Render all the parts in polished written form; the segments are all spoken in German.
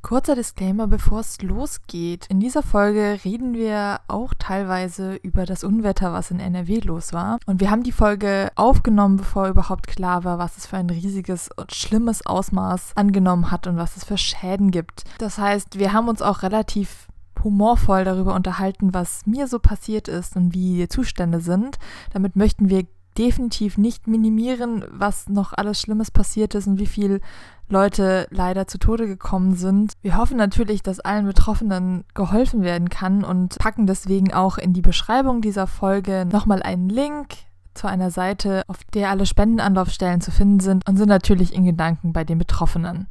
Kurzer Disclaimer, bevor es losgeht. In dieser Folge reden wir auch teilweise über das Unwetter, was in NRW los war. Und wir haben die Folge aufgenommen, bevor überhaupt klar war, was es für ein riesiges und schlimmes Ausmaß angenommen hat und was es für Schäden gibt. Das heißt, wir haben uns auch relativ humorvoll darüber unterhalten, was mir so passiert ist und wie die Zustände sind. Damit möchten wir definitiv nicht minimieren, was noch alles Schlimmes passiert ist und wie viel Leute leider zu Tode gekommen sind. Wir hoffen natürlich, dass allen Betroffenen geholfen werden kann und packen deswegen auch in die Beschreibung dieser Folge nochmal einen Link zu einer Seite, auf der alle Spendenanlaufstellen zu finden sind und sind natürlich in Gedanken bei den Betroffenen.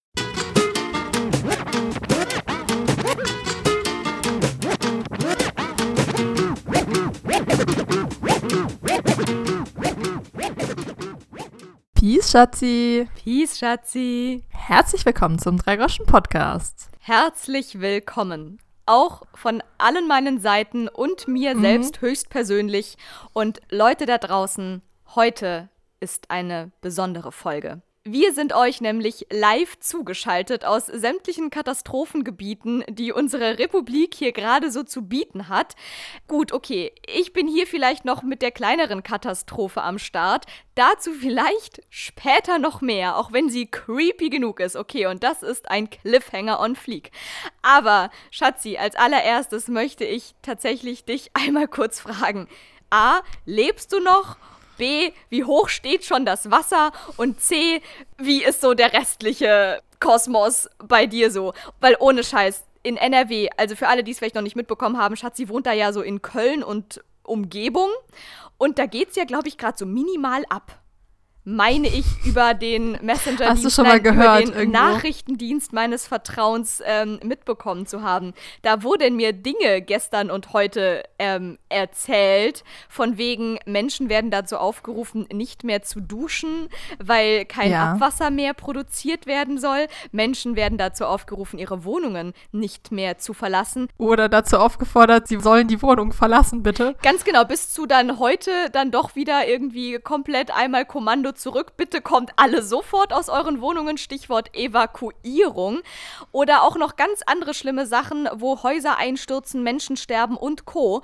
Peace, Schatzi. Peace, Schatzi. Herzlich willkommen zum Drei-Groschen-Podcast. Herzlich willkommen. Auch von allen meinen Seiten und mir selbst höchstpersönlich. Und Leute da draußen, heute ist eine besondere Folge. Wir sind euch nämlich live zugeschaltet aus sämtlichen Katastrophengebieten, die unsere Republik hier gerade so zu bieten hat. Gut, okay, ich bin hier vielleicht noch mit der kleineren Katastrophe am Start. Dazu vielleicht später noch mehr, auch wenn sie creepy genug ist. Okay, und das ist ein Cliffhanger on Fleek. Aber, Schatzi, als allererstes möchte ich tatsächlich dich einmal kurz fragen. A, lebst du noch? B, wie hoch steht schon das Wasser? Und C, wie ist so der restliche Kosmos bei dir so? Weil ohne Scheiß, in NRW, also für alle, die es vielleicht noch nicht mitbekommen haben, Schatzi wohnt da ja so in Köln und Umgebung. Und da geht's ja, glaube ich, gerade so minimal ab. Meine ich über den Messenger-Dienst, Hast du schon mal gehört, über den irgendwo? Nachrichtendienst meines Vertrauens mitbekommen zu haben. Da wurden mir Dinge gestern und heute erzählt, von wegen Menschen werden dazu aufgerufen, nicht mehr zu duschen, weil kein Abwasser mehr produziert werden soll. Menschen werden dazu aufgerufen, ihre Wohnungen nicht mehr zu verlassen. Oder dazu aufgefordert, sie sollen die Wohnung verlassen, bitte. Ganz genau, bis zu dann heute dann doch wieder irgendwie komplett einmal Kommando zurück. Bitte kommt alle sofort aus euren Wohnungen, Stichwort Evakuierung. Oder auch noch ganz andere schlimme Sachen, wo Häuser einstürzen, Menschen sterben und Co.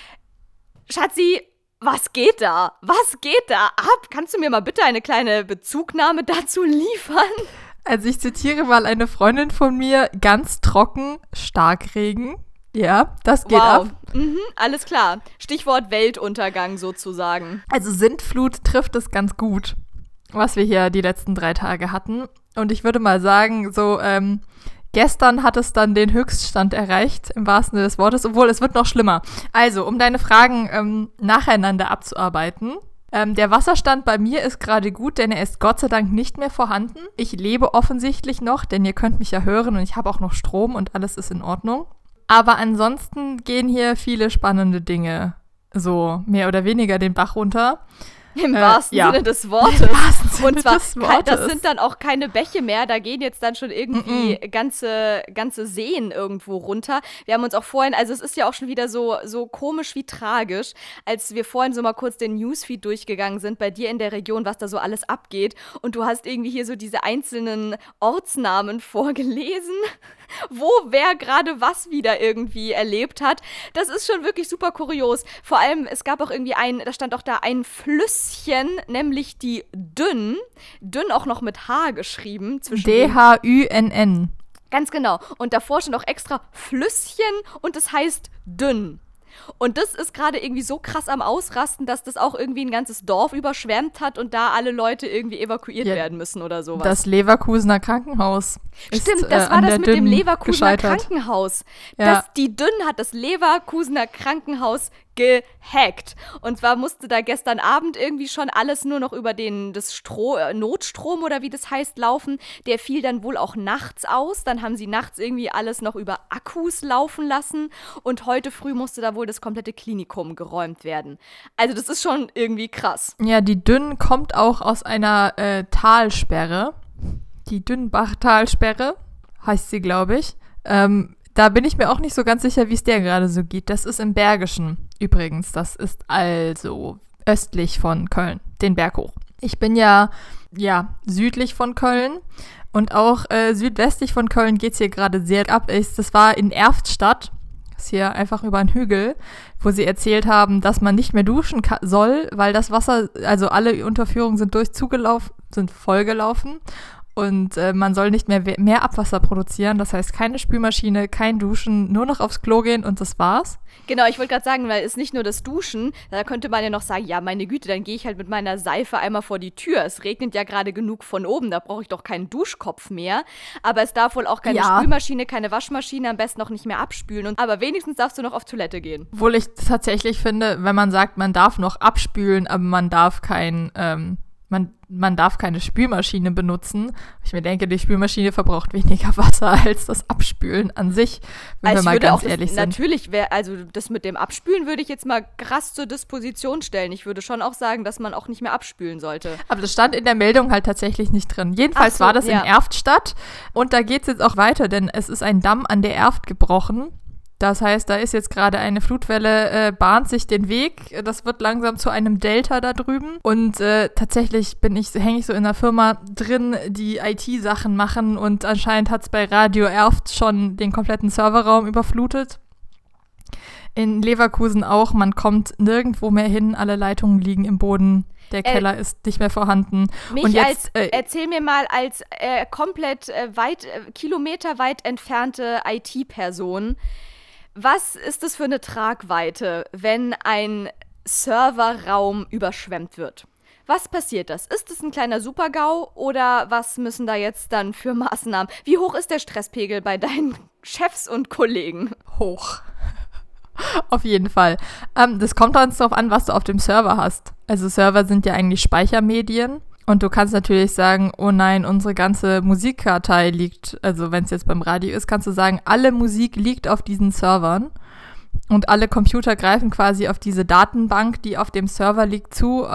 Schatzi, was geht da? Was geht da ab? Kannst du mir mal bitte eine kleine Bezugnahme dazu liefern? Also ich zitiere mal eine Freundin von mir, ganz trocken, Starkregen. Ja, das geht ab. Alles klar. Stichwort Weltuntergang sozusagen. Also Sintflut trifft es ganz gut, was wir hier die letzten 3 Tage hatten. Und ich würde mal sagen, so gestern hat es dann den Höchststand erreicht, im wahrsten Sinne des Wortes, obwohl es wird noch schlimmer. Also, um deine Fragen nacheinander abzuarbeiten. Der Wasserstand bei mir ist gerade gut, denn er ist Gott sei Dank nicht mehr vorhanden. Ich lebe offensichtlich noch, denn ihr könnt mich ja hören und ich habe auch noch Strom und alles ist in Ordnung. Aber ansonsten gehen hier viele spannende Dinge so mehr oder weniger den Bach runter. Im wahrsten Sinne des Wortes. Im wahrsten Sinne und zwar, des Wortes. Das sind dann auch keine Bäche mehr, da gehen jetzt dann schon irgendwie ganze Seen irgendwo runter. Wir haben uns auch vorhin, also es ist ja auch schon wieder so komisch wie tragisch, als wir vorhin so mal kurz den Newsfeed durchgegangen sind, bei dir in der Region, was da so alles abgeht. Und du hast irgendwie hier so diese einzelnen Ortsnamen vorgelesen, wo wer gerade was wieder irgendwie erlebt hat. Das ist schon wirklich super kurios. Vor allem, es gab auch irgendwie da stand auch da ein Flüsschen, nämlich die Dünn. Dünn auch noch mit H geschrieben. D-H-Ü-N-N. Ganz genau. Und davor stand auch extra Flüsschen und es heißt Dünn. Und das ist gerade irgendwie so krass am Ausrasten, dass das auch irgendwie ein ganzes Dorf überschwemmt hat und da alle Leute irgendwie evakuiert werden müssen oder sowas. Das Leverkusener Krankenhaus Stimmt, ist, das war das mit dem Leverkusener gescheitert. Krankenhaus. Ja. Die Dünn hat das Leverkusener Krankenhaus gehackt. Und zwar musste da gestern Abend irgendwie schon alles nur noch über das Notstrom oder wie das heißt laufen. Der fiel dann wohl auch nachts aus. Dann haben sie nachts irgendwie alles noch über Akkus laufen lassen. Und heute früh musste da wohl das komplette Klinikum geräumt werden. Also das ist schon irgendwie krass. Ja, die Dünn kommt auch aus einer Talsperre. Die Dünnbach-Talsperre heißt sie, glaube ich. Da bin ich mir auch nicht so ganz sicher, wie es der gerade so geht. Das ist im Bergischen übrigens. Das ist also östlich von Köln, den Berg hoch. Ich bin ja südlich von Köln Und auch südwestlich von Köln geht es hier gerade sehr ab. Das war in Erftstadt, das ist hier einfach über einen Hügel, wo sie erzählt haben, dass man nicht mehr duschen soll, weil das Wasser, also alle Unterführungen sind vollgelaufen. Und man soll nicht mehr Abwasser produzieren. Das heißt, keine Spülmaschine, kein Duschen, nur noch aufs Klo gehen und das war's. Genau, ich wollte gerade sagen, weil es nicht nur das Duschen, da könnte man ja noch sagen, ja, meine Güte, dann gehe ich halt mit meiner Seife einmal vor die Tür. Es regnet ja gerade genug von oben, da brauche ich doch keinen Duschkopf mehr. Aber es darf wohl auch keine Spülmaschine, keine Waschmaschine, am besten noch nicht mehr abspülen. Aber wenigstens darfst du noch auf Toilette gehen. Obwohl ich tatsächlich finde, wenn man sagt, man darf noch abspülen, aber man darf man darf keine Spülmaschine benutzen. Ich mir denke, die Spülmaschine verbraucht weniger Wasser als das Abspülen an sich, wenn wir mal ganz ehrlich sind. Natürlich, also das mit dem Abspülen würde ich jetzt mal krass zur Disposition stellen. Ich würde schon auch sagen, dass man auch nicht mehr abspülen sollte. Aber das stand in der Meldung halt tatsächlich nicht drin. Jedenfalls war das in Erftstadt und da geht es jetzt auch weiter, denn es ist ein Damm an der Erft gebrochen. Das heißt, da ist jetzt gerade eine Flutwelle, bahnt sich den Weg. Das wird langsam zu einem Delta da drüben. Und tatsächlich hänge ich so in einer Firma drin, die IT-Sachen machen. Und anscheinend hat es bei Radio Erft schon den kompletten Serverraum überflutet. In Leverkusen auch. Man kommt nirgendwo mehr hin. Alle Leitungen liegen im Boden. Der Keller ist nicht mehr vorhanden. Und jetzt, erzähl mir mal als komplett kilometerweit entfernte IT-Person, was ist das für eine Tragweite, wenn ein Serverraum überschwemmt wird? Was passiert das? Ist es ein kleiner Super-GAU oder was müssen da jetzt dann für Maßnahmen? Wie hoch ist der Stresspegel bei deinen Chefs und Kollegen? Hoch. Auf jeden Fall. Das kommt ganz darauf an, was du auf dem Server hast. Also Server sind ja eigentlich Speichermedien. Und du kannst natürlich sagen, oh nein, unsere ganze Musikkartei liegt, also wenn es jetzt beim Radio ist, kannst du sagen, alle Musik liegt auf diesen Servern und alle Computer greifen quasi auf diese Datenbank, die auf dem Server liegt, zu,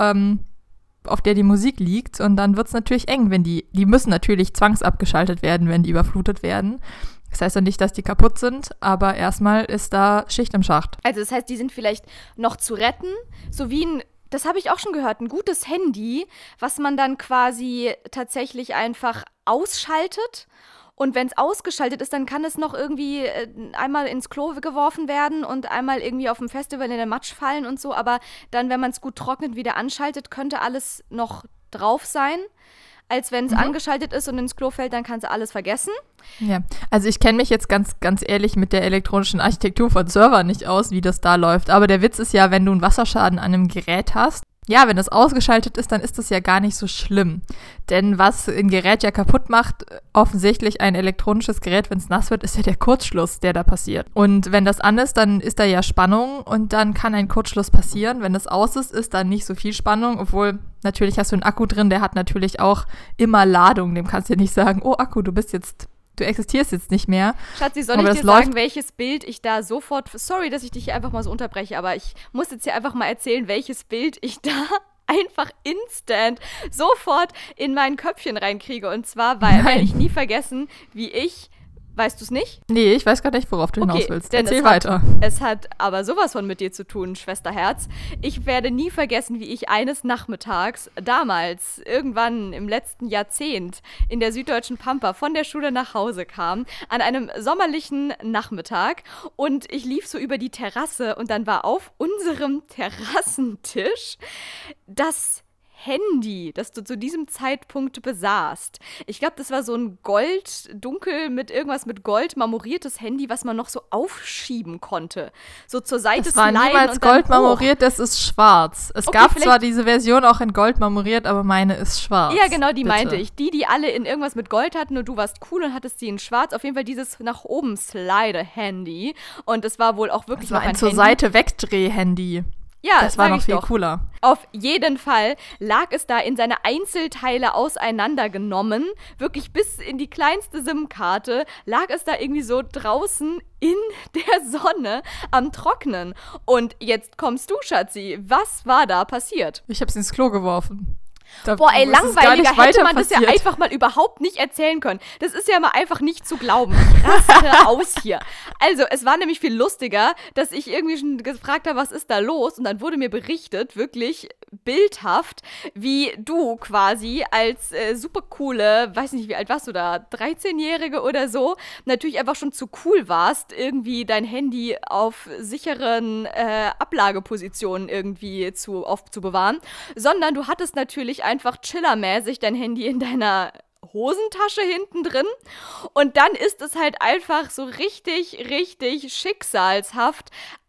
auf der die Musik liegt. Und dann wird es natürlich eng, wenn die müssen natürlich zwangsabgeschaltet werden, wenn die überflutet werden. Das heißt ja nicht, dass die kaputt sind, aber erstmal ist da Schicht im Schacht. Also das heißt, die sind vielleicht noch zu retten, so wie das habe ich auch schon gehört, ein gutes Handy, was man dann quasi tatsächlich einfach ausschaltet. Und wenn es ausgeschaltet ist, dann kann es noch irgendwie einmal ins Klo geworfen werden und einmal irgendwie auf dem Festival in den Matsch fallen und so. Aber dann, wenn man es gut trocknet, wieder anschaltet, könnte alles noch drauf sein. Als wenn es angeschaltet ist und ins Klo fällt, dann kannst du alles vergessen. Ja, also ich kenne mich jetzt ganz ehrlich mit der elektronischen Architektur von Servern nicht aus, wie das da läuft. Aber der Witz ist ja, wenn du einen Wasserschaden an einem Gerät hast, ja, wenn das ausgeschaltet ist, dann ist das ja gar nicht so schlimm. Denn was ein Gerät ja kaputt macht, offensichtlich ein elektronisches Gerät, wenn es nass wird, ist ja der Kurzschluss, der da passiert. Und wenn das an ist, dann ist da ja Spannung und dann kann ein Kurzschluss passieren. Wenn das aus ist, ist dann nicht so viel Spannung, obwohl natürlich hast du einen Akku drin, der hat natürlich auch immer Ladung. Dem kannst du ja nicht sagen, oh Akku, du existierst jetzt nicht mehr. Schatzi, soll ich dir sagen, welches Bild ich da sofort, sorry, dass ich dich hier einfach mal so unterbreche, aber ich muss jetzt hier einfach mal erzählen, welches Bild ich da einfach instant sofort in mein Köpfchen reinkriege. Und zwar, werde ich nie vergessen, wie ich, weißt du es nicht? Nee, ich weiß gar nicht, worauf du hinaus willst. Erzähl weiter. Es hat aber sowas von mit dir zu tun, Schwesterherz. Ich werde nie vergessen, wie ich eines Nachmittags, damals, irgendwann im letzten Jahrzehnt, in der süddeutschen Pampa von der Schule nach Hause kam, an einem sommerlichen Nachmittag. Und ich lief so über die Terrasse und dann war auf unserem Terrassentisch das Handy, das du zu diesem Zeitpunkt besaßt. Ich glaube, das war so ein dunkel mit irgendwas mit Gold marmoriertes Handy, was man noch so aufschieben konnte. So zur Seite sliden. Das war niemals Gold marmoriert, das ist schwarz. Es gab zwar diese Version auch in Gold marmoriert, aber meine ist schwarz. Ja, genau, die meinte ich. Die alle in irgendwas mit Gold hatten und du warst cool und hattest die in schwarz. Auf jeden Fall dieses nach oben Slide-Handy. Und es war wohl auch wirklich noch ein zur Seite Wegdreh-Handy. Ja, das war noch viel cooler. Auf jeden Fall lag es da in seine Einzelteile auseinandergenommen, wirklich bis in die kleinste SIM-Karte, lag es da irgendwie so draußen in der Sonne am Trocknen. Und jetzt kommst du, Schatzi. Was war da passiert? Ich hab's ins Klo geworfen. Boah, ey, langweiliger hätte man das ja einfach mal überhaupt nicht erzählen können. Das ist ja mal einfach nicht zu glauben. Ich raste aus hier. Also, es war nämlich viel lustiger, dass ich irgendwie schon gefragt habe, was ist da los? Und dann wurde mir berichtet, wirklich, bildhaft, wie du quasi als super coole, weiß nicht, wie alt warst du da, 13-Jährige oder so, natürlich einfach schon zu cool warst, irgendwie dein Handy auf sicheren Ablagepositionen irgendwie aufzubewahren, sondern du hattest natürlich einfach chillermäßig dein Handy in deiner Hosentasche hinten drin und dann ist es halt einfach so richtig, richtig schicksalshaft.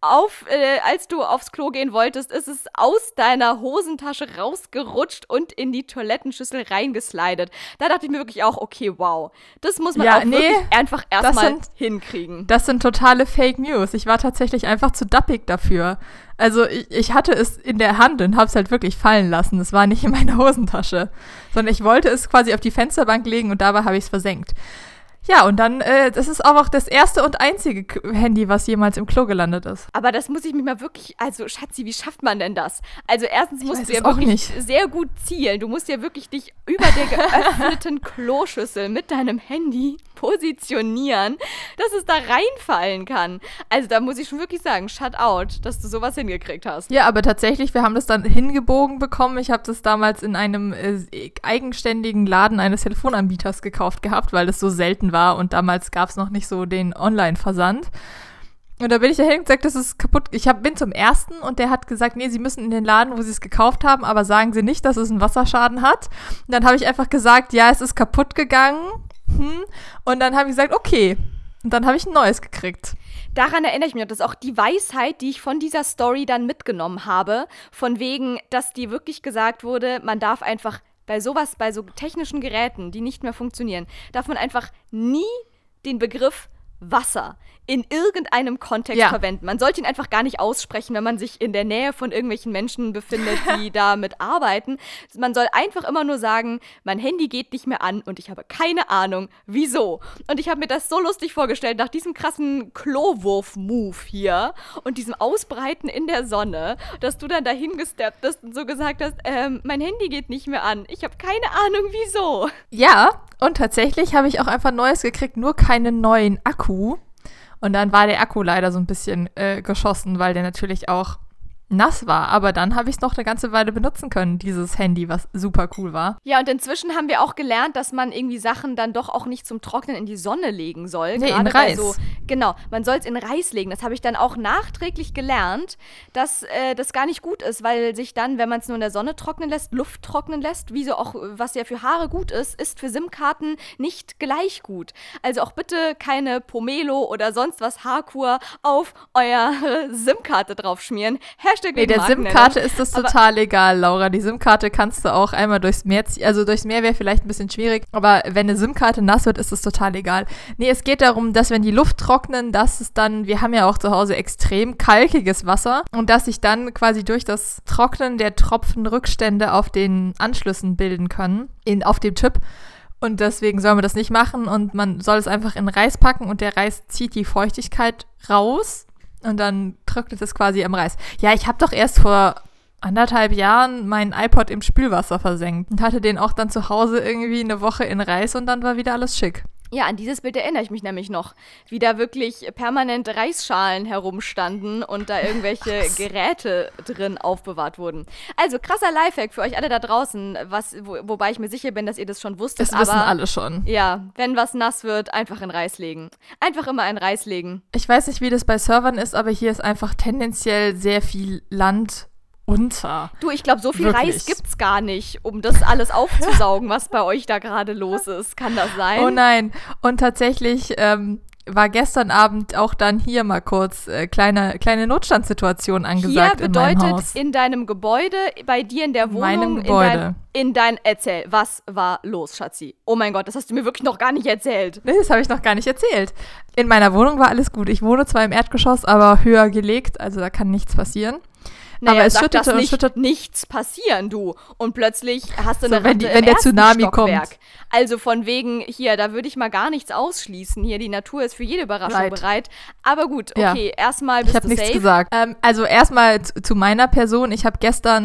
Als du aufs Klo gehen wolltest, ist es aus deiner Hosentasche rausgerutscht und in die Toilettenschüssel reingeslidet. Da dachte ich mir wirklich auch, okay, wow, das muss man wirklich einfach erstmal hinkriegen. Das sind totale Fake News. Ich war tatsächlich einfach zu dappig dafür. Also ich hatte es in der Hand und habe es halt wirklich fallen lassen. Es war nicht in meiner Hosentasche, sondern ich wollte es quasi auf die Fensterbank legen und dabei habe ich es versenkt. Ja, und dann, das ist auch das erste und einzige Handy, was jemals im Klo gelandet ist. Aber das muss ich mich mal wirklich, also Schatzi, wie schafft man denn das? Also erstens musst du ja wirklich sehr gut zielen. Du musst ja wirklich dich über der geöffneten Kloschüssel mit deinem Handy positionieren, dass es da reinfallen kann. Also da muss ich schon wirklich sagen, shut out, dass du sowas hingekriegt hast. Ja, aber tatsächlich, wir haben das dann hingebogen bekommen. Ich habe das damals in einem eigenständigen Laden eines Telefonanbieters gekauft gehabt, weil das so selten war und damals gab es noch nicht so den Online-Versand. Und da bin ich dahin und gesagt, das ist kaputt. Bin zum ersten und der hat gesagt, nee, Sie müssen in den Laden, wo Sie es gekauft haben, aber sagen Sie nicht, dass es einen Wasserschaden hat. Und dann habe ich einfach gesagt, ja, es ist kaputt gegangen. Und dann habe ich gesagt, okay. Und dann habe ich ein neues gekriegt. Daran erinnere ich mich noch, das ist auch die Weisheit, die ich von dieser Story dann mitgenommen habe, von wegen, dass dir wirklich gesagt wurde, man darf einfach bei so technischen Geräten, die nicht mehr funktionieren, darf man einfach nie den Begriff Wasser in irgendeinem Kontext verwenden. Man sollte ihn einfach gar nicht aussprechen, wenn man sich in der Nähe von irgendwelchen Menschen befindet, die damit arbeiten. Man soll einfach immer nur sagen, mein Handy geht nicht mehr an und ich habe keine Ahnung, wieso. Und ich habe mir das so lustig vorgestellt, nach diesem krassen Klowurf-Move hier und diesem Ausbreiten in der Sonne, dass du dann dahin gesteppt bist und so gesagt hast, mein Handy geht nicht mehr an. Ich habe keine Ahnung, wieso. Ja, und tatsächlich habe ich auch einfach Neues gekriegt, nur keinen neuen Akku. Und dann war der Akku leider so ein bisschen geschossen, weil der natürlich auch nass war. Aber dann habe ich es noch eine ganze Weile benutzen können, dieses Handy, was super cool war. Ja, und inzwischen haben wir auch gelernt, dass man irgendwie Sachen dann doch auch nicht zum Trocknen in die Sonne legen soll. Nee, in Reis. Genau, man soll es in Reis legen. Das habe ich dann auch nachträglich gelernt, dass das gar nicht gut ist, weil sich dann, wenn man es nur in der Sonne trocknen lässt, Luft trocknen lässt, wie so auch, was ja für Haare gut ist für SIM-Karten nicht gleich gut. Also auch bitte keine Pomelo oder sonst was Haarkur auf euer SIM-Karte draufschmieren. Nee, der SIM-Karte ist das total egal, Laura. Die SIM-Karte kannst du auch einmal durchs Meer ziehen. Also durchs Meer wäre vielleicht ein bisschen schwierig, aber wenn eine SIM-Karte nass wird, ist das total egal. Nee, es geht darum, dass wenn die Luft trocknen, dass es dann, wir haben ja auch zu Hause extrem kalkiges Wasser und dass sich dann quasi durch das Trocknen der Tropfen Rückstände auf den Anschlüssen bilden können, auf dem Chip. Und deswegen soll man das nicht machen und man soll es einfach in Reis packen und der Reis zieht die Feuchtigkeit raus. Und dann trocknet es quasi am Reis. Ja, ich habe doch erst vor 1,5 Jahren meinen iPod im Spülwasser versenkt und hatte den auch dann zu Hause irgendwie eine Woche in Reis und dann war wieder alles schick. Ja, an dieses Bild erinnere ich mich nämlich noch, wie da wirklich permanent Reisschalen herumstanden und da irgendwelche Geräte drin aufbewahrt wurden. Also krasser Lifehack für euch alle da draußen, wobei ich mir sicher bin, dass ihr das schon wusstet. Das wissen alle schon. Ja, wenn was nass wird, einfach in Reis legen. Einfach immer in Reis legen. Ich weiß nicht, wie das bei Servern ist, aber hier ist einfach tendenziell sehr viel Land unter. Du, ich glaube, so viel wirklich. Reis gibt's gar nicht, um das alles aufzusaugen, was bei euch da gerade los ist. Kann das sein? Oh nein. Und tatsächlich war gestern Abend auch dann hier mal kurz kleine Notstandssituation angesagt in meinem Haus. Hier bedeutet in deinem Gebäude, bei dir in der Wohnung, meinem Gebäude. Erzähl, was war los, Schatzi? Oh mein Gott, das hast du mir wirklich noch gar nicht erzählt. Nee, das habe ich noch gar nicht erzählt. In meiner Wohnung war alles gut. Ich wohne zwar im Erdgeschoss, aber höher gelegt, also da kann nichts passieren. Naja, aber es schüttete und schüttete. Nichts passieren, du. Und plötzlich hast du eine Ratte wenn der Tsunami Stockwerk. Kommt. Also von wegen, hier, da würde ich mal gar nichts ausschließen. Hier, die Natur ist für jede Überraschung bereit. Aber gut, okay, erstmal bist du safe. Ich habe nichts gesagt. Also erstmal zu meiner Person. Ich habe gestern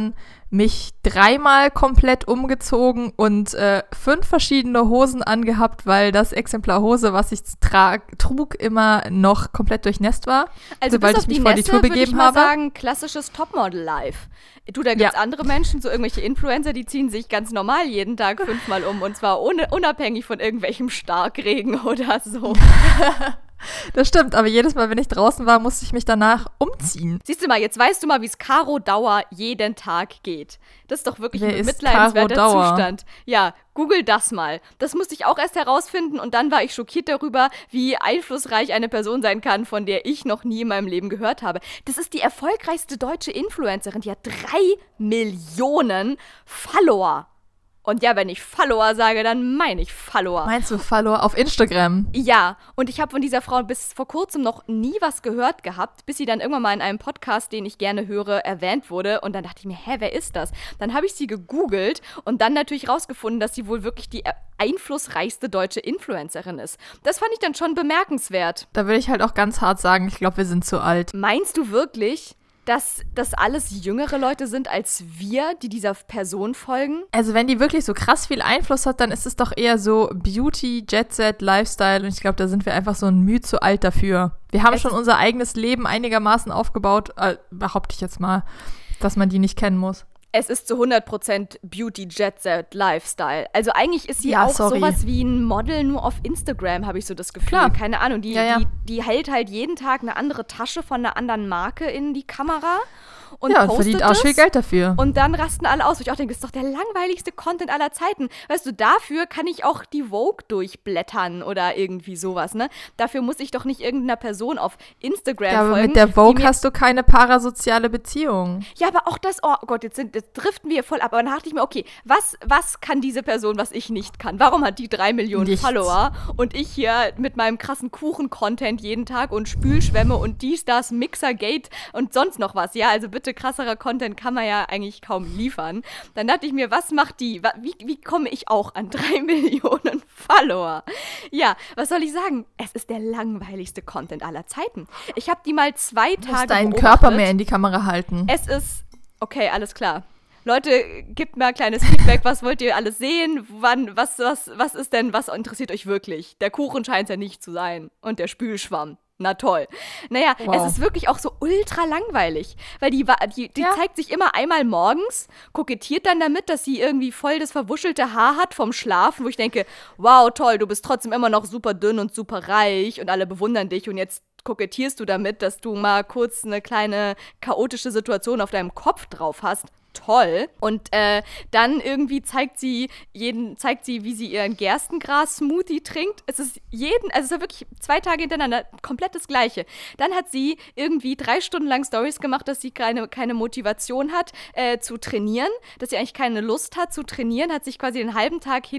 mich 3-mal komplett umgezogen und 5 verschiedene Hosen angehabt, weil das Exemplar Hose, was ich trug, immer noch komplett durchnässt war. Also sobald bis ich mich auf vor die die Tür Nässe, würde ich begeben mal habe. sagen, klassisches Topmodel-Life. Du, da gibt's andere Menschen, so irgendwelche Influencer, die ziehen sich ganz normal jeden Tag 5-mal um und zwar unabhängig von irgendwelchem Starkregen oder so. Das stimmt, aber jedes Mal, wenn ich draußen war, musste ich mich danach umziehen. Siehst du mal, jetzt weißt du mal, wie es Caro Dauer jeden Tag geht. Das ist doch wirklich Wer ein ist mitleidenswerter Caro Dauer? Zustand. Ja, google das mal. Das musste ich auch erst herausfinden und dann war ich schockiert darüber, wie einflussreich eine Person sein kann, von der ich noch nie in meinem Leben gehört habe. Das ist die erfolgreichste deutsche Influencerin, die hat 3 Millionen Follower. Und ja, wenn ich Follower sage, dann meine ich Follower. Meinst du Follower auf Instagram? Ja, und ich habe von dieser Frau bis vor kurzem noch nie was gehört gehabt, bis sie dann irgendwann mal in einem Podcast, den ich gerne höre, erwähnt wurde. Und dann dachte ich mir, wer ist das? Dann habe ich sie gegoogelt und dann natürlich rausgefunden, dass sie wohl wirklich die einflussreichste deutsche Influencerin ist. Das fand ich dann schon bemerkenswert. Da würde ich halt auch ganz hart sagen, ich glaube, wir sind zu alt. Meinst du wirklich, dass das alles jüngere Leute sind als wir, die dieser Person folgen? Also wenn die wirklich so krass viel Einfluss hat, dann ist es doch eher so Beauty, Jet Set, Lifestyle und ich glaube, da sind wir einfach so ein Mühe zu alt dafür. Wir haben schon unser eigenes Leben einigermaßen aufgebaut, behaupte ich jetzt mal, dass man die nicht kennen muss. Es ist zu 100% Beauty, Jet Set, Lifestyle. Also eigentlich ist sie auch sowas wie ein Model, nur auf Instagram, habe ich so das Gefühl. Klar. Keine Ahnung, die hält halt jeden Tag eine andere Tasche von einer anderen Marke in die Kamera und postet verdient auch viel Geld dafür. Und dann rasten alle aus. Wo ich auch denke, das ist doch der langweiligste Content aller Zeiten. Weißt du, dafür kann ich auch die Vogue durchblättern oder irgendwie sowas, ne? Dafür muss ich doch nicht irgendeiner Person auf Instagram folgen. Aber mit der Vogue hast du keine parasoziale Beziehung. Ja, aber auch das, oh Gott, jetzt driften wir voll ab. Aber dann dachte ich mir, okay, was kann diese Person, was ich nicht kann? Warum hat die 3 Millionen Nichts. Follower und ich hier mit meinem krassen Kuchen-Content jeden Tag und Spülschwämme und dies, das, Mixergate und sonst noch was? Ja, also bitte, krasserer Content kann man ja eigentlich kaum liefern. Dann dachte ich mir, was macht die? Wie komme ich auch an 3 Millionen Follower? Ja, was soll ich sagen? Es ist der langweiligste Content aller Zeiten. Ich habe die mal 2 Tage Du musst deinen beobachtet. Körper mehr in die Kamera halten. Es ist, okay, alles klar. Leute, gebt mir ein kleines Feedback, was wollt ihr alles sehen? Was ist denn, was interessiert euch wirklich? Der Kuchen scheint es ja nicht zu sein. Und der Spülschwamm. Na toll. Naja, Wow. Es ist wirklich auch so ultra langweilig, weil die zeigt sich immer einmal morgens, kokettiert dann damit, dass sie irgendwie voll das verwuschelte Haar hat vom Schlafen, wo ich denke, wow, toll, du bist trotzdem immer noch super dünn und super reich und alle bewundern dich und jetzt kokettierst du damit, dass du mal kurz eine kleine chaotische Situation auf deinem Kopf drauf hast. Toll. Und dann irgendwie zeigt sie, wie sie ihren Gerstengras-Smoothie trinkt. Es ist wirklich 2 Tage hintereinander komplett das Gleiche. Dann hat sie irgendwie 3 Stunden lang Stories gemacht, dass sie keine Motivation hat zu trainieren, dass sie eigentlich keine Lust hat zu trainieren, hat sich quasi den halben Tag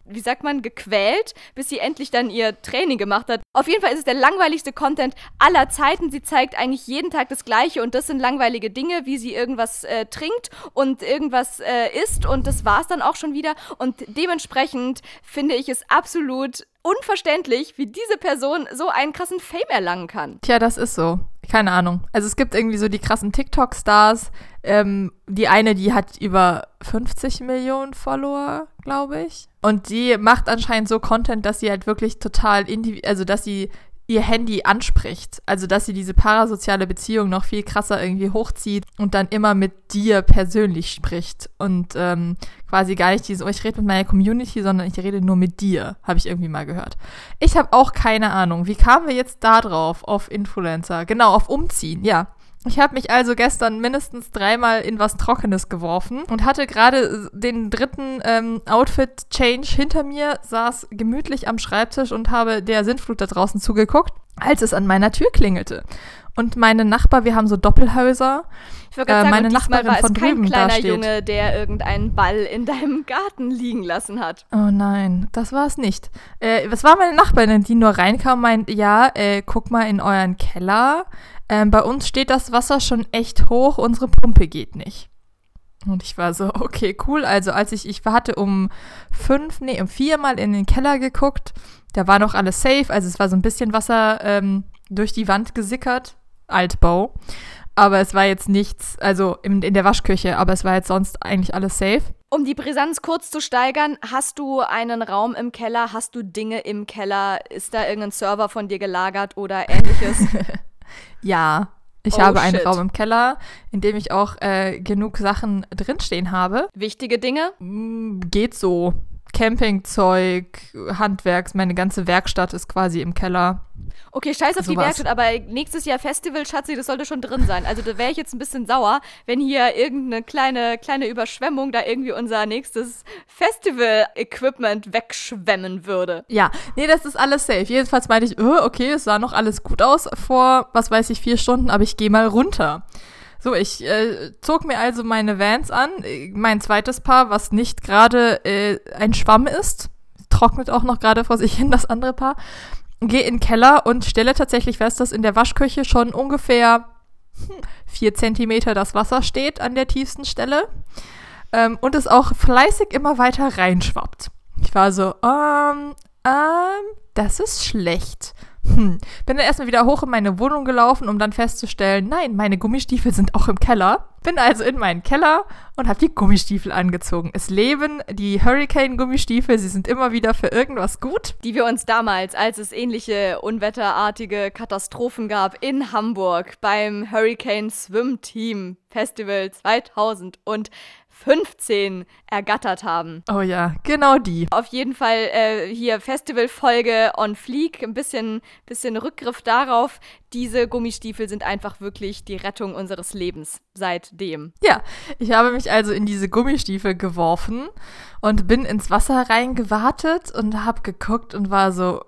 gequält, bis sie endlich dann ihr Training gemacht hat. Auf jeden Fall ist es der langweiligste Content aller Zeiten. Sie zeigt eigentlich jeden Tag das Gleiche und das sind langweilige Dinge, wie sie irgendwas trinkt und irgendwas isst und das war's dann auch schon wieder und dementsprechend finde ich es absolut unverständlich, wie diese Person so einen krassen Fame erlangen kann. Tja, das ist so. Keine Ahnung. Also es gibt irgendwie so die krassen TikTok-Stars. Die eine, die hat über 50 Millionen Follower, glaube ich. Und die macht anscheinend so Content, dass sie halt wirklich total dass sie ihr Handy anspricht. Also, dass sie diese parasoziale Beziehung noch viel krasser irgendwie hochzieht und dann immer mit dir persönlich spricht. Und quasi gar nicht ich rede mit meiner Community, sondern ich rede nur mit dir, habe ich irgendwie mal gehört. Ich habe auch keine Ahnung. Wie kamen wir jetzt da drauf, auf Influencer? Genau, auf Umziehen, ja. Ich habe mich also gestern mindestens 3-mal in was Trockenes geworfen und hatte gerade den 3. Outfit-Change hinter mir, saß gemütlich am Schreibtisch und habe der Sintflut da draußen zugeguckt, als es an meiner Tür klingelte. Und meine wir haben so Doppelhäuser. Ich würde sagen, meine und diesmal Nachbarin von war es kein drüben kleiner dasteht. Junge, der irgendeinen Ball in deinem Garten liegen lassen hat. Oh nein, das war es nicht. Was war meine Nachbarin, die nur reinkam und meint, ja, guck mal in euren Keller. Bei uns steht das Wasser schon echt hoch, unsere Pumpe geht nicht. Und ich war so, okay, cool. Also ich hatte um 4 Mal in den Keller geguckt. Da war noch alles safe. Also es war so ein bisschen Wasser durch die Wand gesickert. Altbau. aber es war jetzt nichts, also in der Waschküche, aber es war jetzt sonst eigentlich alles safe. Um die Brisanz kurz zu steigern, hast du einen Raum im Keller, hast du Dinge im Keller, ist da irgendein Server von dir gelagert oder ähnliches? Ja, ich habe einen Raum im Keller, in dem ich auch genug Sachen drinstehen habe. Wichtige Dinge? Geht so. Campingzeug, Handwerks, meine ganze Werkstatt ist quasi im Keller. Okay, scheiß auf die Werkstatt, aber nächstes Jahr Festival, Schatzi, das sollte schon drin sein. Also da wäre ich jetzt ein bisschen sauer, wenn hier irgendeine kleine Überschwemmung da irgendwie unser nächstes Festival-Equipment wegschwemmen würde. Ja, nee, das ist alles safe. Jedenfalls meinte ich, okay, es sah noch alles gut aus vor, 4 Stunden, aber ich gehe mal runter. So, ich zog mir also meine Vans an, mein zweites Paar, was nicht gerade ein Schwamm ist, trocknet auch noch gerade vor sich hin, das andere Paar, gehe in den Keller und stelle tatsächlich fest, dass in der Waschküche schon ungefähr 4 Zentimeter das Wasser steht an der tiefsten Stelle und es auch fleißig immer weiter reinschwappt. Ich war so, das ist schlecht. Bin dann erstmal wieder hoch in meine Wohnung gelaufen, um dann festzustellen, nein, meine Gummistiefel sind auch im Keller. Bin also in meinen Keller und habe die Gummistiefel angezogen. Es leben die Hurricane-Gummistiefel, sie sind immer wieder für irgendwas gut. Die wir uns damals, als es ähnliche unwetterartige Katastrophen gab, in Hamburg beim Hurricane Swim Team Festival 2015 ergattert haben. Oh ja, genau die. Auf jeden Fall hier Festivalfolge on Fleek, ein bisschen Rückgriff darauf. Diese Gummistiefel sind einfach wirklich die Rettung unseres Lebens seitdem. Ja, ich habe mich also in diese Gummistiefel geworfen und bin ins Wasser reingewartet und habe geguckt und war so,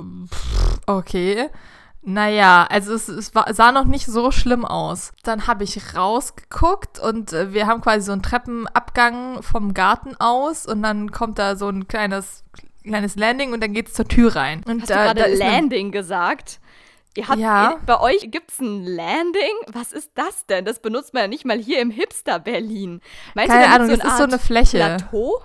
okay. Naja, also es sah noch nicht so schlimm aus. Dann habe ich rausgeguckt und wir haben quasi so einen Treppenabgang vom Garten aus und dann kommt da so ein kleines Landing und dann geht's zur Tür rein. Und hast du gerade Landing gesagt? Bei euch gibt's ein Landing? Was ist das denn? Das benutzt man ja nicht mal hier im Hipster-Berlin. Meinst Keine du, Ahnung, das ist so eine Fläche. Plateau?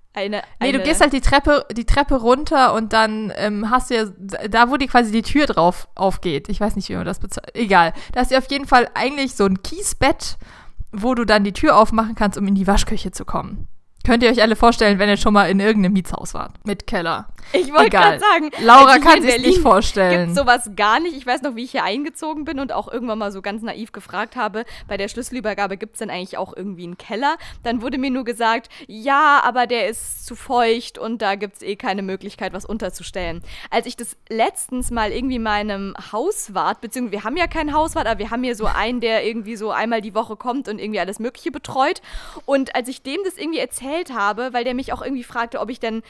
Nee, du gehst halt die Treppe runter und dann hast du ja, da wo quasi die Tür drauf aufgeht, ich weiß nicht, wie man das bezeichnet, egal, da ist ja auf jeden Fall eigentlich so ein Kiesbett, wo du dann die Tür aufmachen kannst, um in die Waschküche zu kommen. Könnt ihr euch alle vorstellen, wenn ihr schon mal in irgendeinem Mietshaus wart. Mit Keller. Ich wollte gerade sagen, Laura kann sich nicht vorstellen. Gibt sowas gar nicht. Ich weiß noch, wie ich hier eingezogen bin und auch irgendwann mal so ganz naiv gefragt habe, bei der Schlüsselübergabe gibt es denn eigentlich auch irgendwie einen Keller? Dann wurde mir nur gesagt, ja, aber der ist zu feucht und da gibt es keine Möglichkeit, was unterzustellen. Als ich das letztens mal irgendwie meinem Hauswart, beziehungsweise wir haben ja keinen Hauswart, aber wir haben hier so einen, der irgendwie so einmal die Woche kommt und irgendwie alles Mögliche betreut. Und als ich dem das irgendwie erzählt habe, weil der mich auch irgendwie fragte, ob ich denn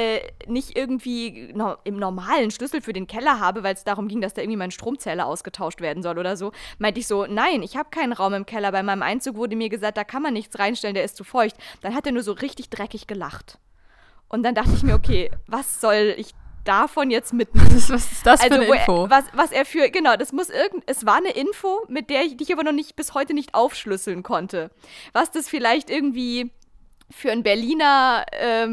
nicht irgendwie im normalen Schlüssel für den Keller habe, weil es darum ging, dass da irgendwie mein Stromzähler ausgetauscht werden soll oder so, meinte ich so, nein, ich habe keinen Raum im Keller. Bei meinem Einzug wurde mir gesagt, da kann man nichts reinstellen, der ist zu feucht. Dann hat er nur so richtig dreckig gelacht. Und dann dachte ich mir, okay, was soll ich davon jetzt mitnehmen? Was ist das für eine Info? Was er für, genau, es war eine Info, mit der ich aber noch nicht, bis heute nicht aufschlüsseln konnte. Was das vielleicht irgendwie für ein Berliner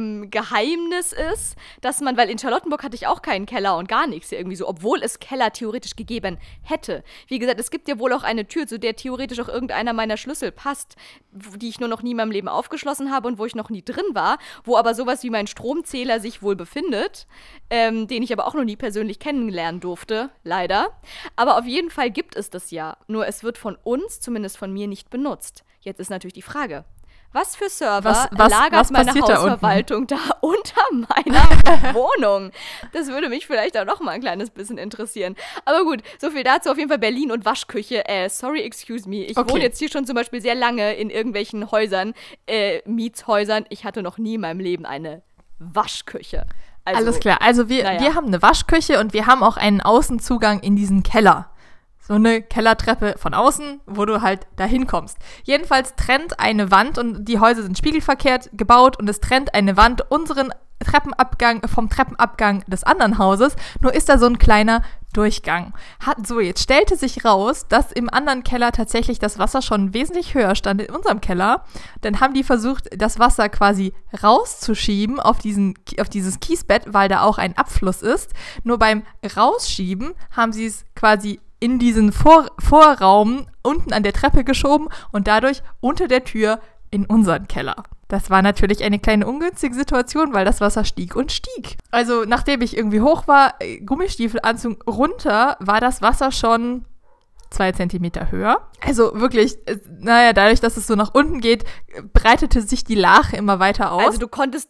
Geheimnis ist, dass man, weil in Charlottenburg hatte ich auch keinen Keller und gar nichts irgendwie so, obwohl es Keller theoretisch gegeben hätte. Wie gesagt, es gibt ja wohl auch eine Tür, zu der theoretisch auch irgendeiner meiner Schlüssel passt, die ich nur noch nie in meinem Leben aufgeschlossen habe und wo ich noch nie drin war, wo aber sowas wie mein Stromzähler sich wohl befindet, den ich aber auch noch nie persönlich kennenlernen durfte, leider. Aber auf jeden Fall gibt es das ja, nur es wird von uns, zumindest von mir, nicht benutzt. Jetzt ist natürlich die Frage, was für Server lagert meine Hausverwaltung da unter meiner Wohnung? Das würde mich vielleicht auch noch mal ein kleines bisschen interessieren. Aber gut, so viel dazu. Auf jeden Fall Berlin und Waschküche. Sorry, excuse me. Ich wohne jetzt hier schon zum Beispiel sehr lange in irgendwelchen Häusern, Mietshäusern. Ich hatte noch nie in meinem Leben eine Waschküche. Also, alles klar. Also wir haben eine Waschküche und wir haben auch einen Außenzugang in diesen Keller. So eine Kellertreppe von außen, wo du halt dahin kommst. Jedenfalls trennt eine Wand, und die Häuser sind spiegelverkehrt gebaut, und es trennt eine Wand unseren Treppenabgang vom Treppenabgang des anderen Hauses. Nur ist da so ein kleiner Durchgang. Jetzt stellte sich raus, dass im anderen Keller tatsächlich das Wasser schon wesentlich höher stand in unserem Keller. Dann haben die versucht, das Wasser quasi rauszuschieben auf dieses Kiesbett, weil da auch ein Abfluss ist. Nur beim Rausschieben haben sie es quasi in diesen Vorraum unten an der Treppe geschoben und dadurch unter der Tür in unseren Keller. Das war natürlich eine kleine ungünstige Situation, weil das Wasser stieg und stieg. Also nachdem ich irgendwie hoch war, Gummistiefelanzug runter, war das Wasser schon 2 Zentimeter höher. Also wirklich, dadurch, dass es so nach unten geht, breitete sich die Lache immer weiter aus. Also du konntest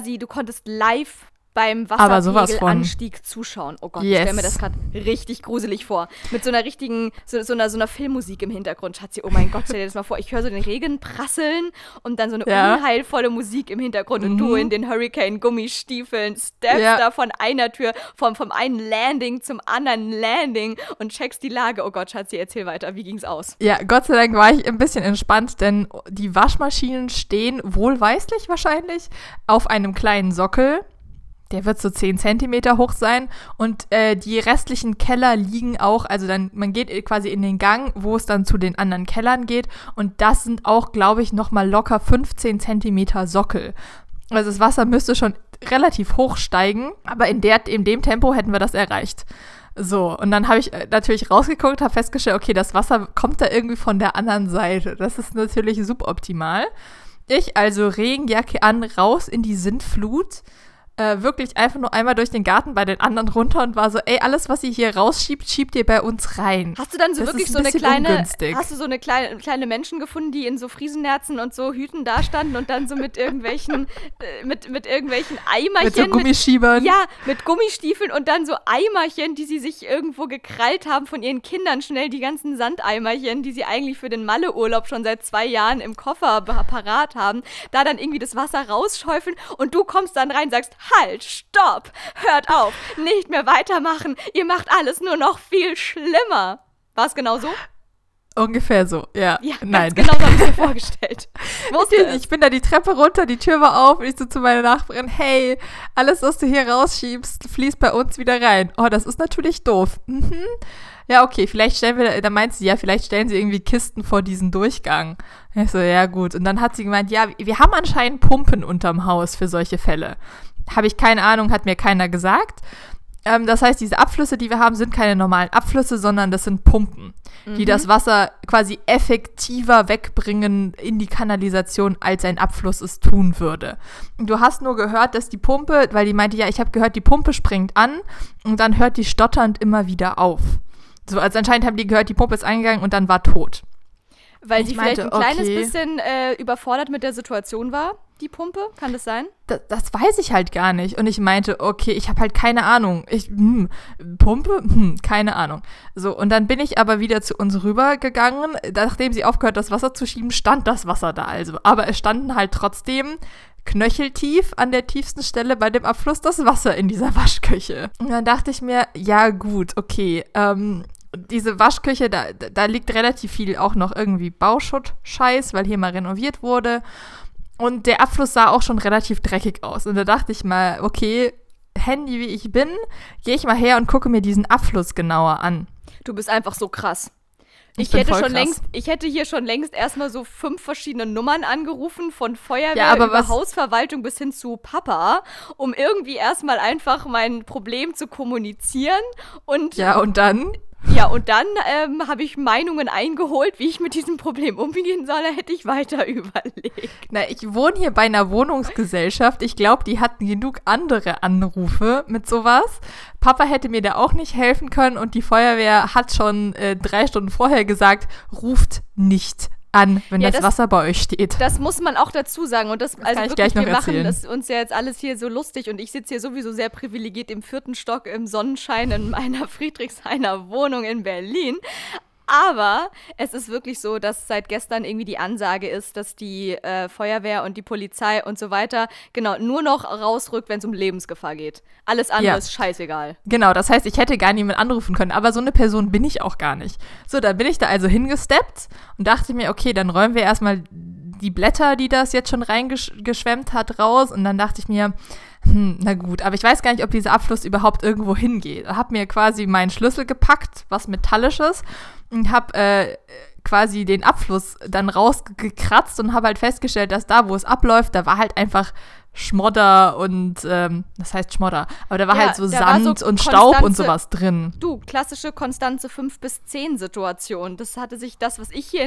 live beim Wasserpegelanstieg zuschauen. Oh Gott, yes. Ich stelle mir das gerade richtig gruselig vor. Mit so einer richtigen, so einer Filmmusik im Hintergrund. Schatzi, oh mein Gott, stell dir das mal vor. Ich höre so den Regen prasseln und dann so eine unheilvolle Musik im Hintergrund und du in den Hurricane-Gummistiefeln steppst da von einer Tür, vom einen Landing zum anderen Landing und checkst die Lage. Oh Gott, Schatzi, erzähl weiter. Wie ging's aus? Ja, Gott sei Dank war ich ein bisschen entspannt, denn die Waschmaschinen stehen wohlweislich wahrscheinlich auf einem kleinen Sockel. Der wird so 10 Zentimeter hoch sein und die restlichen Keller liegen auch, also dann, man geht quasi in den Gang, wo es dann zu den anderen Kellern geht und das sind auch, glaube ich, nochmal locker 15 Zentimeter Sockel. Also das Wasser müsste schon relativ hoch steigen, aber in dem Tempo hätten wir das erreicht. So, und dann habe ich natürlich rausgeguckt, habe festgestellt, okay, das Wasser kommt da irgendwie von der anderen Seite. Das ist natürlich suboptimal. Ich also Regenjacke an, raus in die Sintflut, wirklich einfach nur einmal durch den Garten bei den anderen runter und war so, ey, alles, was ihr hier rausschiebt, schiebt ihr bei uns rein. Hast du dann so wirklich so eine kleine Menschen gefunden, die in so Friesennerzen und so Hüten da standen und dann so mit irgendwelchen mit irgendwelchen Eimerchen. Mit so Gummischiebern. Mit Gummistiefeln und dann so Eimerchen, die sie sich irgendwo gekrallt haben von ihren Kindern, schnell die ganzen Sandeimerchen, die sie eigentlich für den Malle-Urlaub schon seit 2 Jahren im Koffer parat haben, da dann irgendwie das Wasser rausschäufeln und du kommst dann rein und sagst, halt, stopp, hört auf, nicht mehr weitermachen, ihr macht alles nur noch viel schlimmer. War es genau so? Ungefähr so, ja. Ja, nein. Genau so habe ich mir vorgestellt. Ich bin da die Treppe runter, die Tür war auf und ich so zu meiner Nachbarin, hey, alles, was du hier rausschiebst, fließt bei uns wieder rein. Oh, das ist natürlich doof. Ja, okay, da meint sie, vielleicht stellen sie irgendwie Kisten vor diesen Durchgang. Ich so, ja gut. Und dann hat sie gemeint, ja, wir haben anscheinend Pumpen unterm Haus für solche Fälle. Habe ich keine Ahnung, hat mir keiner gesagt. Das heißt, diese Abflüsse, die wir haben, sind keine normalen Abflüsse, sondern das sind Pumpen, die das Wasser quasi effektiver wegbringen in die Kanalisation, als ein Abfluss es tun würde. Du hast nur gehört, dass die Pumpe, weil die meinte, ja, ich habe gehört, die Pumpe springt an und dann hört die stotternd immer wieder auf. So, also anscheinend haben die gehört, die Pumpe ist eingegangen und dann war tot. Weil sie vielleicht ein kleines bisschen überfordert mit der Situation war, die Pumpe? Kann das sein? Das weiß ich halt gar nicht. Und ich meinte, okay, ich habe halt keine Ahnung. Pumpe? Keine Ahnung. So, und dann bin ich aber wieder zu uns rübergegangen. Nachdem sie aufgehört, das Wasser zu schieben, stand das Wasser da also. Aber es standen halt trotzdem knöcheltief an der tiefsten Stelle bei dem Abfluss das Wasser in dieser Waschküche. Und dann dachte ich mir, ja gut, okay, diese Waschküche, da liegt relativ viel auch noch irgendwie Bauschutt-Scheiß, weil hier mal renoviert wurde. Und der Abfluss sah auch schon relativ dreckig aus. Und da dachte ich mal, okay, Handy wie ich bin, gehe ich mal her und gucke mir diesen Abfluss genauer an. Du bist einfach so krass. Ich hätte hier schon längst erstmal so 5 verschiedene Nummern angerufen, von Feuerwehr über Hausverwaltung bis hin zu Papa, um irgendwie erstmal einfach mein Problem zu kommunizieren. Und dann? Ja, und dann habe ich Meinungen eingeholt, wie ich mit diesem Problem umgehen soll, da hätte ich weiter überlegt. Na, ich wohne hier bei einer Wohnungsgesellschaft. Ich glaube, die hatten genug andere Anrufe mit sowas. Papa hätte mir da auch nicht helfen können und die Feuerwehr hat schon 3 Stunden vorher gesagt, ruft nicht an, wenn das Wasser bei euch steht. Das muss man auch dazu sagen. Und das kann ich gleich noch erzählen. Wir machen das uns ja jetzt alles hier so lustig und ich sitze hier sowieso sehr privilegiert im 4. Stock im Sonnenschein in meiner Friedrichshainer Wohnung in Berlin. Aber es ist wirklich so, dass seit gestern irgendwie die Ansage ist, dass die Feuerwehr und die Polizei und so weiter nur noch rausrückt, wenn es um Lebensgefahr geht. Alles andere ist scheißegal. Genau, das heißt, ich hätte gar niemanden anrufen können, aber so eine Person bin ich auch gar nicht. So, dann bin ich da also hingesteppt und dachte mir, okay, dann räumen wir erstmal die Blätter, die das jetzt schon reingeschwemmt hat, raus. Und dann dachte ich mir, na gut, aber ich weiß gar nicht, ob dieser Abfluss überhaupt irgendwo hingeht. Ich habe mir quasi meinen Schlüssel gepackt, was Metallisches, und habe quasi den Abfluss dann rausgekratzt und habe halt festgestellt, dass da, wo es abläuft, da war halt einfach Schmodder und, das heißt Schmodder, aber da war halt so da war Sand so und Staub und sowas drin. Du, klassische Konstanze 5-10 Situation. Das hatte sich das, was ich hier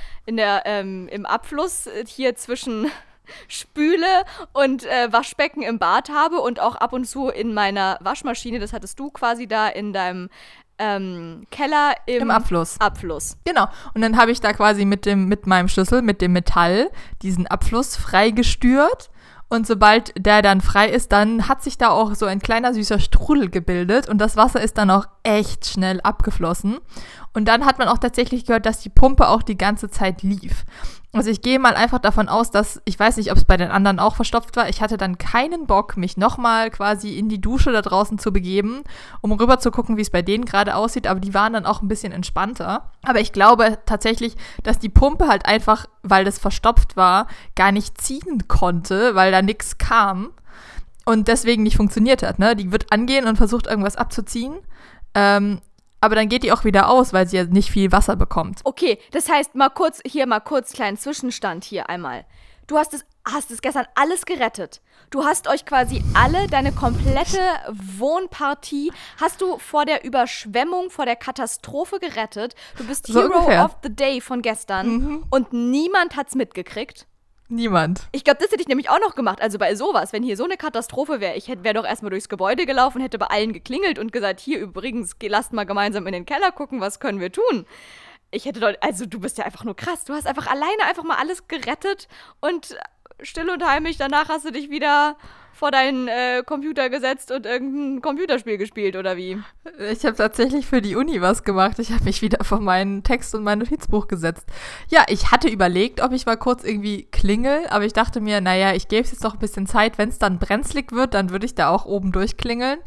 im Abfluss hier zwischen Spüle und Waschbecken im Bad habe und auch ab und zu in meiner Waschmaschine, das hattest du quasi da in deinem Keller im Abfluss. Genau. Und dann habe ich da quasi mit meinem Schlüssel, mit dem Metall, diesen Abfluss freigestürt. Und sobald der dann frei ist, dann hat sich da auch so ein kleiner süßer Strudel gebildet und das Wasser ist dann auch echt schnell abgeflossen. Und dann hat man auch tatsächlich gehört, dass die Pumpe auch die ganze Zeit lief. Also ich gehe mal einfach davon aus, dass, ich weiß nicht, ob es bei den anderen auch verstopft war, ich hatte dann keinen Bock, mich nochmal quasi in die Dusche da draußen zu begeben, um rüber zu gucken, wie es bei denen gerade aussieht, aber die waren dann auch ein bisschen entspannter. Aber ich glaube tatsächlich, dass die Pumpe halt einfach, weil das verstopft war, gar nicht ziehen konnte, weil da nichts kam und deswegen nicht funktioniert hat, ne? Die wird angehen und versucht irgendwas abzuziehen, aber dann geht die auch wieder aus, weil sie ja nicht viel Wasser bekommt. Okay, das heißt, mal kurz, kleinen Zwischenstand hier einmal. Du hast es gestern alles gerettet. Du hast euch quasi deine komplette Wohnpartie, hast du vor der Überschwemmung, vor der Katastrophe gerettet. Du bist so Hero ungefähr. of the Day von gestern und niemand hat's mitgekriegt. Niemand. Ich glaube, das hätte ich nämlich auch noch gemacht. Also bei sowas, wenn hier so eine Katastrophe wäre, ich wäre doch erstmal durchs Gebäude gelaufen, hätte bei allen geklingelt und gesagt, hier übrigens, lasst mal gemeinsam in den Keller gucken, was können wir tun. Ich hätte doch, also du bist ja einfach nur krass. Du hast einfach alleine einfach mal alles gerettet und still und heimlich, danach hast du dich wieder vor deinen Computer gesetzt und irgendein Computerspiel gespielt, oder wie? Ich habe tatsächlich für die Uni was gemacht. Ich habe mich wieder vor meinen Text und mein Notizbuch gesetzt. Ja, ich hatte überlegt, ob ich mal kurz irgendwie klingel, aber ich dachte mir, naja, ich gebe es jetzt noch ein bisschen Zeit. Wenn es dann brenzlig wird, dann würde ich da auch oben durchklingeln.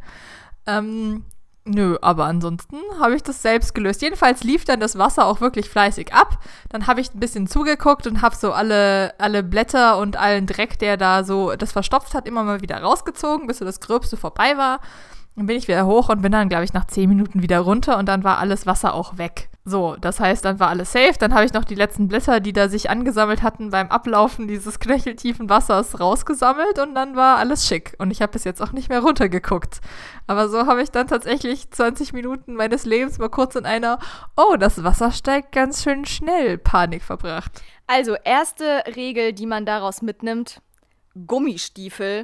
Nö, aber ansonsten habe ich das selbst gelöst. Jedenfalls lief dann das Wasser auch wirklich fleißig ab. Dann habe ich ein bisschen zugeguckt und habe so alle Blätter und allen Dreck, der da so das verstopft hat, immer mal wieder rausgezogen, bis so das Gröbste vorbei war. Dann bin ich wieder hoch und bin dann, glaube ich, nach 10 Minuten wieder runter und dann war alles Wasser auch weg. So, das heißt, dann war alles safe. Dann habe ich noch die letzten Blätter, die da sich angesammelt hatten beim Ablaufen dieses knöcheltiefen Wassers rausgesammelt und dann war alles schick. Und ich habe bis jetzt auch nicht mehr runtergeguckt. Aber so habe ich dann tatsächlich 20 Minuten meines Lebens mal kurz in einer, oh, das Wasser steigt ganz schön schnell, Panik verbracht. Also, erste Regel, die man daraus mitnimmt, Gummistiefel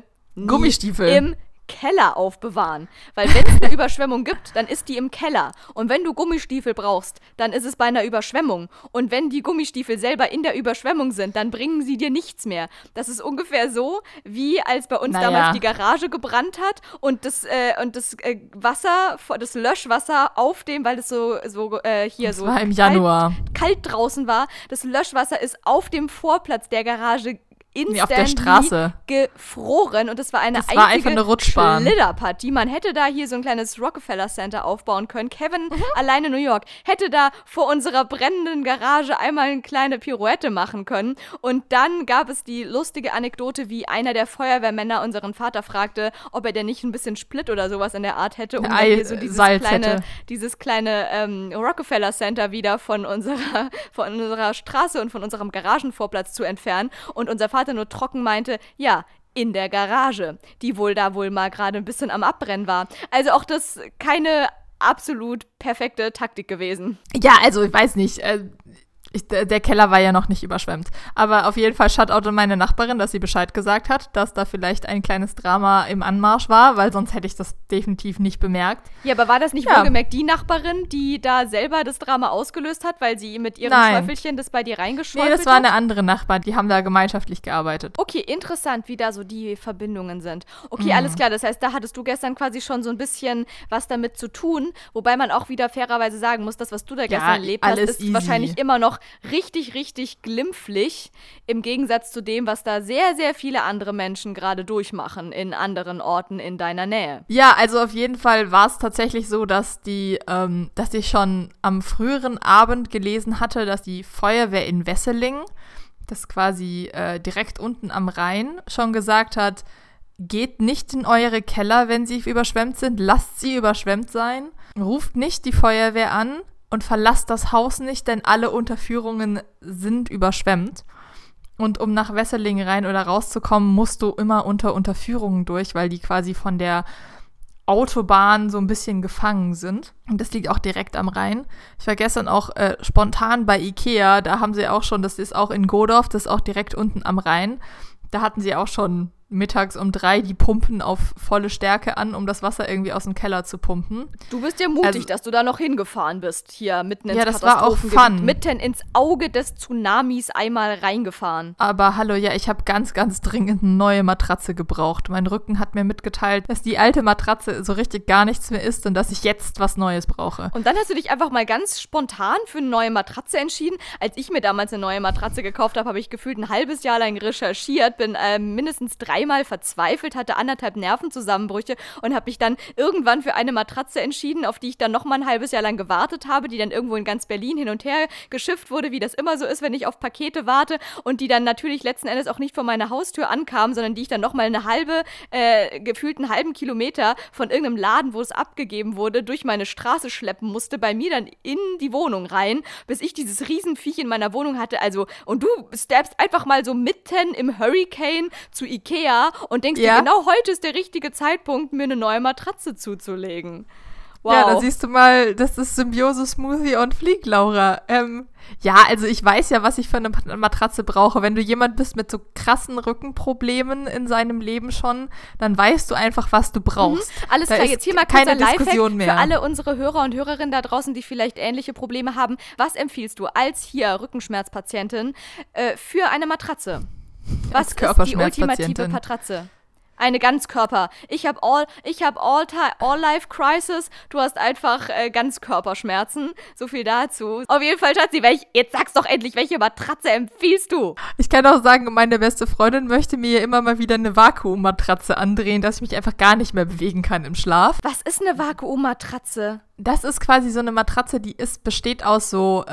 im Keller aufbewahren. Weil wenn es eine Überschwemmung gibt, dann ist die im Keller. Und wenn du Gummistiefel brauchst, dann ist es bei einer Überschwemmung. Und wenn die Gummistiefel selber in der Überschwemmung sind, dann bringen sie dir nichts mehr. Das ist ungefähr so, wie als bei uns damals die Garage gebrannt hat und das Wasser, das Löschwasser auf dem, weil es das war im Januar. Kalt draußen war, das Löschwasser ist auf dem Vorplatz der Garage auf der Straße gefroren und das war einfach eine Rutschbahn. Schlitterpartie. Man hätte da hier so ein kleines Rockefeller Center aufbauen können. Kevin, alleine New York, hätte da vor unserer brennenden Garage einmal eine kleine Pirouette machen können. Und dann gab es die lustige Anekdote, wie einer der Feuerwehrmänner unseren Vater fragte, ob er denn nicht ein bisschen Split oder sowas in der Art hätte, um dann hier so dieses kleine Rockefeller Center wieder von unserer Straße und von unserem Garagenvorplatz zu entfernen. Und unser Vater nur trocken meinte, ja, in der Garage, die wohl mal gerade ein bisschen am Abbrennen war. Also auch das keine absolut perfekte Taktik gewesen. Ja, also ich weiß nicht, der Keller war ja noch nicht überschwemmt. Aber auf jeden Fall Shoutout an meine Nachbarin, dass sie Bescheid gesagt hat, dass da vielleicht ein kleines Drama im Anmarsch war, weil sonst hätte ich das definitiv nicht bemerkt. Ja, aber war das nicht wohlgemerkt die Nachbarin, die da selber das Drama ausgelöst hat, weil sie mit ihrem Schäufelchen das bei dir reingeschäufelt hat? Nee, das war eine andere Nachbarin, die haben da gemeinschaftlich gearbeitet. Okay, interessant, wie da so die Verbindungen sind. Okay, alles klar, das heißt, da hattest du gestern quasi schon so ein bisschen was damit zu tun, wobei man auch wieder fairerweise sagen muss, das, was du da gestern erlebt hast, ist easy. Wahrscheinlich immer noch richtig, richtig glimpflich im Gegensatz zu dem, was da sehr, sehr viele andere Menschen gerade durchmachen in anderen Orten in deiner Nähe. Ja, also auf jeden Fall war es tatsächlich so, dass ich schon am früheren Abend gelesen hatte, dass die Feuerwehr in Wesseling, das quasi direkt unten am Rhein, schon gesagt hat, geht nicht in eure Keller, wenn sie überschwemmt sind, lasst sie überschwemmt sein, ruft nicht die Feuerwehr an, und verlasst das Haus nicht, denn alle Unterführungen sind überschwemmt. Und um nach Wesseling rein oder rauszukommen, musst du immer unter Unterführungen durch, weil die quasi von der Autobahn so ein bisschen gefangen sind. Und das liegt auch direkt am Rhein. Ich war gestern auch spontan bei Ikea. Da haben sie auch schon, das ist auch in Godorf, das ist auch direkt unten am Rhein. Da hatten sie auch schon mittags um 3 die Pumpen auf volle Stärke an, um das Wasser irgendwie aus dem Keller zu pumpen. Du bist ja mutig, dass du da noch hingefahren bist, hier mitten ins Katastrophengebiet. Ja, das war auch fun. Mitten ins Auge des Tsunamis einmal reingefahren. Aber hallo, ja, ich habe ganz, ganz dringend eine neue Matratze gebraucht. Mein Rücken hat mir mitgeteilt, dass die alte Matratze so richtig gar nichts mehr ist und dass ich jetzt was Neues brauche. Und dann hast du dich einfach mal ganz spontan für eine neue Matratze entschieden. Als ich mir damals eine neue Matratze gekauft habe, habe ich gefühlt ein halbes Jahr lang recherchiert, bin mindestens 3 verzweifelt, hatte 1,5 Nervenzusammenbrüche und habe mich dann irgendwann für eine Matratze entschieden, auf die ich dann nochmal ein halbes Jahr lang gewartet habe, die dann irgendwo in ganz Berlin hin und her geschifft wurde, wie das immer so ist, wenn ich auf Pakete warte und die dann natürlich letzten Endes auch nicht vor meiner Haustür ankam, sondern die ich dann nochmal gefühlt einen halben Kilometer von irgendeinem Laden, wo es abgegeben wurde, durch meine Straße schleppen musste, bei mir dann in die Wohnung rein, bis ich dieses Riesenviech in meiner Wohnung hatte. Also, und du steppst einfach mal so mitten im Hurricane zu Ikea und denkst dir, genau heute ist der richtige Zeitpunkt, mir eine neue Matratze zuzulegen. Wow. Ja, da siehst du mal, das ist Symbiose Smoothie und Flieg, Laura. Ja, also ich weiß ja, was ich für eine Matratze brauche. Wenn du jemand bist mit so krassen Rückenproblemen in seinem Leben schon, dann weißt du einfach, was du brauchst. Alles klar, jetzt hier mal keine Diskussion mehr. Für alle unsere Hörer und Hörerinnen da draußen, die vielleicht ähnliche Probleme haben. Was empfiehlst du als hier Rückenschmerzpatientin für eine Matratze? Was ist die ultimative Matratze? Eine Ganzkörper. Ich habe All-Life-Crisis. Du hast einfach Ganzkörperschmerzen. So viel dazu. Auf jeden Fall, Schatzi, jetzt sag's doch endlich, welche Matratze empfiehlst du? Ich kann auch sagen, meine beste Freundin möchte mir immer mal wieder eine Vakuummatratze andrehen, dass ich mich einfach gar nicht mehr bewegen kann im Schlaf. Was ist eine Vakuummatratze? Das ist quasi so eine Matratze, die besteht aus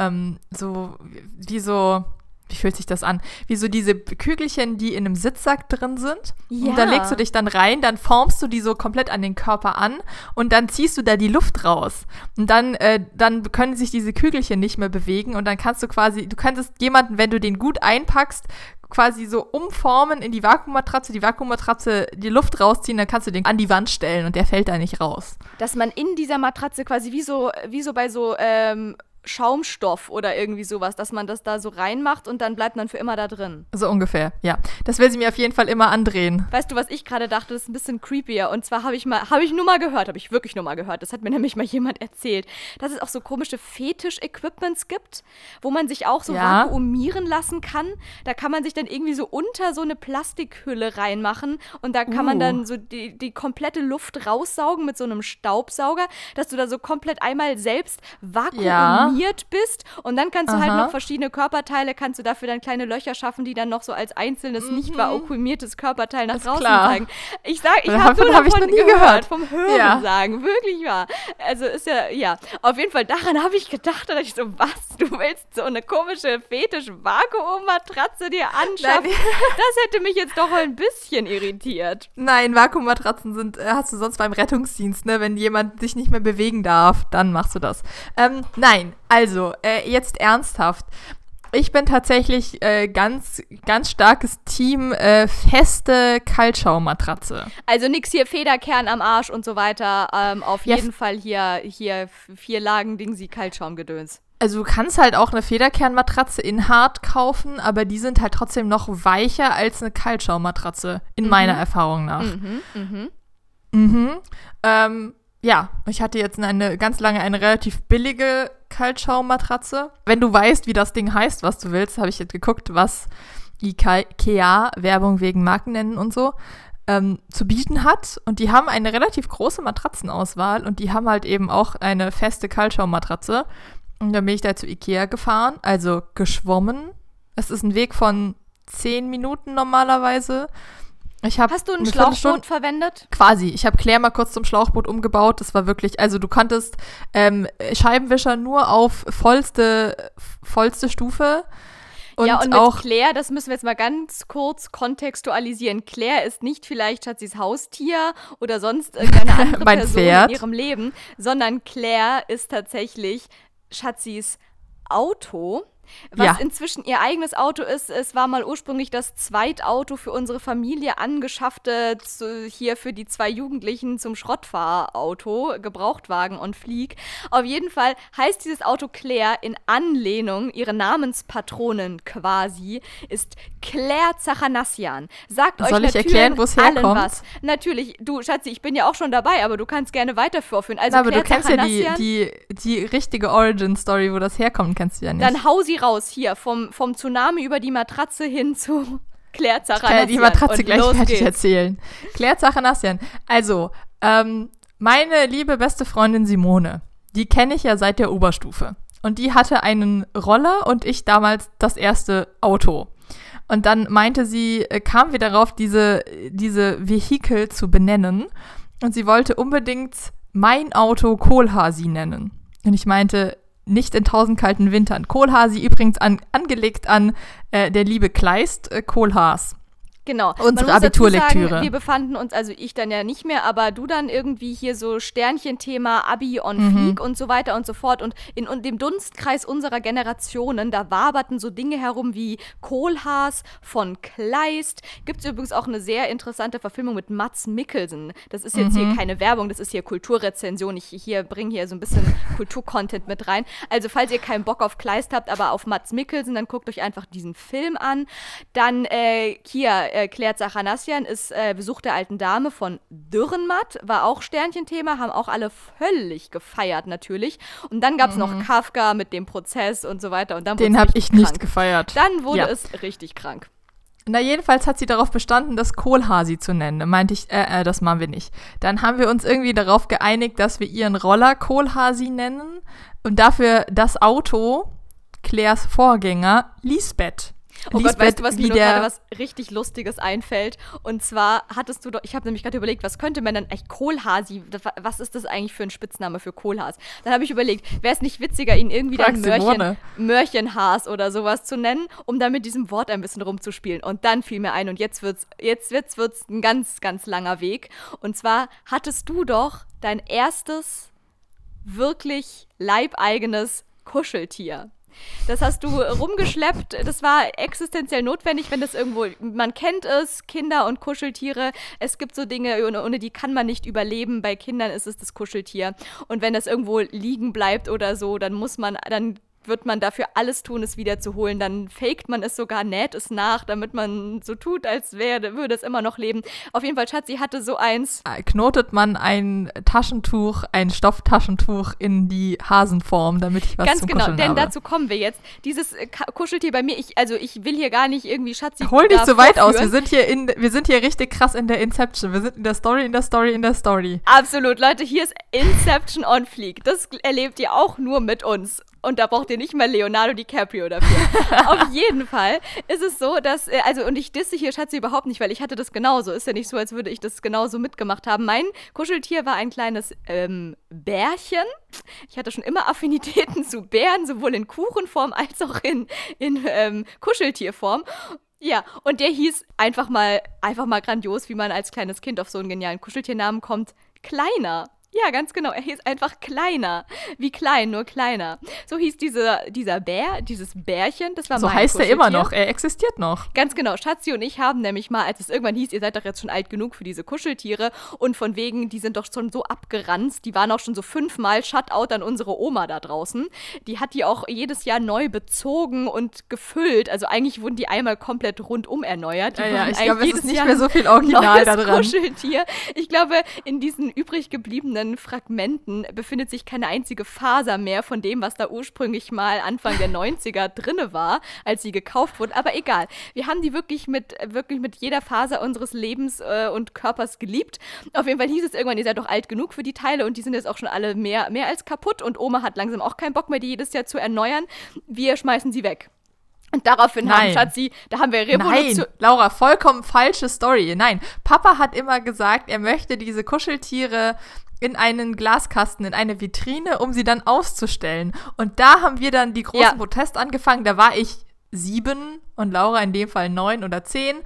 wie fühlt sich das an? Wie so diese Kügelchen, die in einem Sitzsack drin sind. Ja. Und da legst du dich dann rein, dann formst du die so komplett an den Körper an und dann ziehst du da die Luft raus. Und dann können sich diese Kügelchen nicht mehr bewegen und dann du könntest jemanden, wenn du den gut einpackst, quasi so umformen in die Vakuummatratze, die Luft rausziehen, dann kannst du den an die Wand stellen und der fällt da nicht raus. Dass man in dieser Matratze quasi wie so bei so Schaumstoff oder irgendwie sowas, dass man das da so reinmacht und dann bleibt man für immer da drin. So ungefähr, ja. Das will sie mir auf jeden Fall immer andrehen. Weißt du, was ich gerade dachte, das ist ein bisschen creepier. Und zwar habe ich wirklich nur mal gehört, das hat mir nämlich mal jemand erzählt, dass es auch so komische Fetisch-Equipments gibt, wo man sich auch so vakuumieren lassen kann. Da kann man sich dann irgendwie so unter so eine Plastikhülle reinmachen und da kann man dann so die komplette Luft raussaugen mit so einem Staubsauger, dass du da so komplett einmal selbst vakuumiert bist und dann kannst du halt noch verschiedene Körperteile, kannst du dafür dann kleine Löcher schaffen, die dann noch so als einzelnes nicht vakuumiertes Körperteil nach draußen zeigen. Ich habe nur davon gehört, vom Hören sagen, wirklich wahr. Also ist ja, auf jeden Fall daran habe ich gedacht, da dachte ich so, was, du willst so eine komische Fetisch-Vakuummatratze dir anschaffen? Das hätte mich jetzt doch ein bisschen irritiert. Nein, Vakuummatratzen hast du sonst beim Rettungsdienst, ne? Wenn jemand sich nicht mehr bewegen darf, dann machst du das. Nein, also, jetzt ernsthaft. Ich bin tatsächlich ganz, ganz starkes Team feste Kaltschaumatratze. Also nix hier Federkern am Arsch und so weiter. Auf jeden Fall hier 4 Lagen Dingsi Kaltschaumgedöns. Also du kannst halt auch eine Federkernmatratze in hart kaufen, aber die sind halt trotzdem noch weicher als eine Kaltschaumatratze, in meiner Erfahrung nach. Ja, ich hatte jetzt ganz lange eine relativ billige Kaltschaumatratze. Wenn du weißt, wie das Ding heißt, was du willst, habe ich jetzt geguckt, was Ikea, Werbung wegen Marken nennen und so, zu bieten hat. Und die haben eine relativ große Matratzenauswahl und die haben halt eben auch eine feste Kaltschaumatratze. Und dann bin ich da zu Ikea gefahren, also geschwommen. Es ist ein Weg von 10 Minuten normalerweise. Hast du ein Schlauchboot verwendet? Quasi. Ich habe Claire mal kurz zum Schlauchboot umgebaut. Das war wirklich, also du konntest Scheibenwischer nur auf vollste Stufe. Und mit Claire, das müssen wir jetzt mal ganz kurz kontextualisieren. Claire ist nicht vielleicht Schatzis Haustier oder sonst irgendeine andere Person Pferd in ihrem Leben, sondern Claire ist tatsächlich Schatzis Auto. Was inzwischen ihr eigenes Auto ist. Es war mal ursprünglich das Zweitauto für unsere Familie angeschaffte, hier für die 2 Jugendlichen zum Schrottfahrauto, Gebrauchtwagen und Flieg. Auf jeden Fall heißt dieses Auto Claire in Anlehnung, ihre Namenspatronin quasi, ist Claire Zachanassian. Sagt euch Soll ich natürlich erklären, wo es herkommt? was. Natürlich, du Schatzi, ich bin ja auch schon dabei, aber du kannst gerne weiterführen. Also aber Claire du kennst ja Zachanassian, die richtige Origin-Story, wo das herkommt, kennst du ja nicht. dann hau sie raus, hier, vom Tsunami über die Matratze hin zu Claire Zachanassian. Ich kann die Matratze und gleich los fertig geht's. erzählen. Claire Zachanassian. Also, meine liebe beste Freundin Simone, die kenne ich ja seit der Oberstufe. Und die hatte einen Roller und ich damals das erste Auto. Und dann meinte sie, kam wir darauf, diese Vehikel zu benennen. Und sie wollte unbedingt mein Auto Kohlhasi nennen. Und ich meinte, nicht in 1000 kalten Wintern. Kohlhasi übrigens angelegt an der liebe Kleist, Kohlhaas. Genau. Unsere Man muss dazu Abiturlektüre. sagen, wir befanden uns, also ich dann ja nicht mehr, aber du dann irgendwie hier so Sternchenthema, Abi on Fleek und so weiter und so fort. Und in dem Dunstkreis unserer Generationen, da waberten so Dinge herum wie Kohlhaas von Kleist. Gibt es übrigens auch eine sehr interessante Verfilmung mit Mads Mikkelsen. Das ist jetzt hier keine Werbung, das ist hier Kulturrezension. Ich bringe hier so ein bisschen Kulturcontent mit rein. Also falls ihr keinen Bock auf Kleist habt, aber auf Mads Mikkelsen, dann guckt euch einfach diesen Film an. Dann Claire Zachanassian ist Besuch der alten Dame von Dürrenmatt, war auch Sternchenthema, haben auch alle völlig gefeiert natürlich. Und dann gab es noch Kafka mit dem Prozess und so weiter. Und dann Den habe ich nicht gefeiert. Dann wurde es richtig krank. Na, jedenfalls hat sie darauf bestanden, das Kohlhasi zu nennen. Da meinte ich, das machen wir nicht. Dann haben wir uns irgendwie darauf geeinigt, dass wir ihren Roller Kohlhasi nennen und dafür das Auto, Claires Vorgänger, Lisbeth. Oh Gott, weißt du, was mir wie gerade was richtig Lustiges einfällt? Und zwar hattest du doch, ich habe nämlich gerade überlegt, was könnte man denn eigentlich Kohlhasi, was ist das eigentlich für ein Spitzname für Kohlhaas? Dann habe ich überlegt, wäre es nicht witziger, ihn irgendwie dann Mörchenhaas oder sowas zu nennen, um dann mit diesem Wort ein bisschen rumzuspielen. Und dann fiel mir ein, und jetzt wird's ein ganz, ganz langer Weg. Und zwar hattest du doch dein erstes wirklich leibeigenes Kuscheltier. Das hast du rumgeschleppt, das war existenziell notwendig, wenn das irgendwo, man kennt es, Kinder und Kuscheltiere, es gibt so Dinge, ohne die kann man nicht überleben, bei Kindern ist es das Kuscheltier und wenn das irgendwo liegen bleibt oder so, dann wird man dafür alles tun, es wieder zu holen. Dann faked man es sogar, näht es nach, damit man so tut, als würde es immer noch leben. Auf jeden Fall, Schatzi hatte so eins. Knotet man ein Stofftaschentuch in die Hasenform, damit ich was ganz zum genau, Kuscheln denn habe. dazu kommen wir jetzt. Dieses Kuscheltier bei mir, ich will hier gar nicht irgendwie Schatzi Hol dich so weit aus, vorführen. wir sind hier richtig krass in der Inception. Wir sind in der Story. Absolut, Leute, hier ist Inception on Fleek. Das erlebt ihr auch nur mit uns. Und da braucht ihr nicht mal Leonardo DiCaprio dafür. Auf jeden Fall ist es so, dass, und ich disse hier Schatzi überhaupt nicht, weil ich hatte das genauso. Ist ja nicht so, als würde ich das genauso mitgemacht haben. Mein Kuscheltier war ein kleines Bärchen. Ich hatte schon immer Affinitäten zu Bären, sowohl in Kuchenform als auch in Kuscheltierform. Ja, und der hieß einfach mal grandios, wie man als kleines Kind auf so einen genialen Kuscheltiernamen kommt, Kleiner. Ja, ganz genau. Er hieß einfach Kleiner. Wie klein, nur kleiner. So hieß dieser Bär, dieses Bärchen. Das war So mein heißt er Kuscheltier. immer noch. Er existiert noch. Ganz genau. Schatzi und ich haben nämlich mal, als es irgendwann hieß, ihr seid doch jetzt schon alt genug für diese Kuscheltiere und von wegen, die sind doch schon so abgeranzt. Die waren auch schon so 5-mal Shutout an unsere Oma da draußen. Die hat die auch jedes Jahr neu bezogen und gefüllt. Also eigentlich wurden die einmal komplett rundum erneuert. Die Ja, wurden ich glaube, es ist nicht Jahr mehr so viel Original da neues dran. Kuscheltier. Ich glaube, in diesen übrig gebliebenen Fragmenten befindet sich keine einzige Faser mehr von dem, was da ursprünglich mal Anfang der 90er drinne war, als sie gekauft wurde. Aber egal, wir haben die wirklich mit jeder Faser unseres Lebens und Körpers geliebt. Auf jeden Fall hieß es irgendwann, ihr seid doch alt genug für die Teile und die sind jetzt auch schon alle mehr als kaputt und Oma hat langsam auch keinen Bock mehr, die jedes Jahr zu erneuern. Wir schmeißen sie weg. Und daraufhin haben wir Revolution. Nein, Laura, vollkommen falsche Story. Nein, Papa hat immer gesagt, er möchte diese Kuscheltiere in einen Glaskasten, in eine Vitrine, um sie dann auszustellen. Und da haben wir dann die großen Proteste angefangen. Da war ich 7 und Laura in dem Fall 9 oder 10.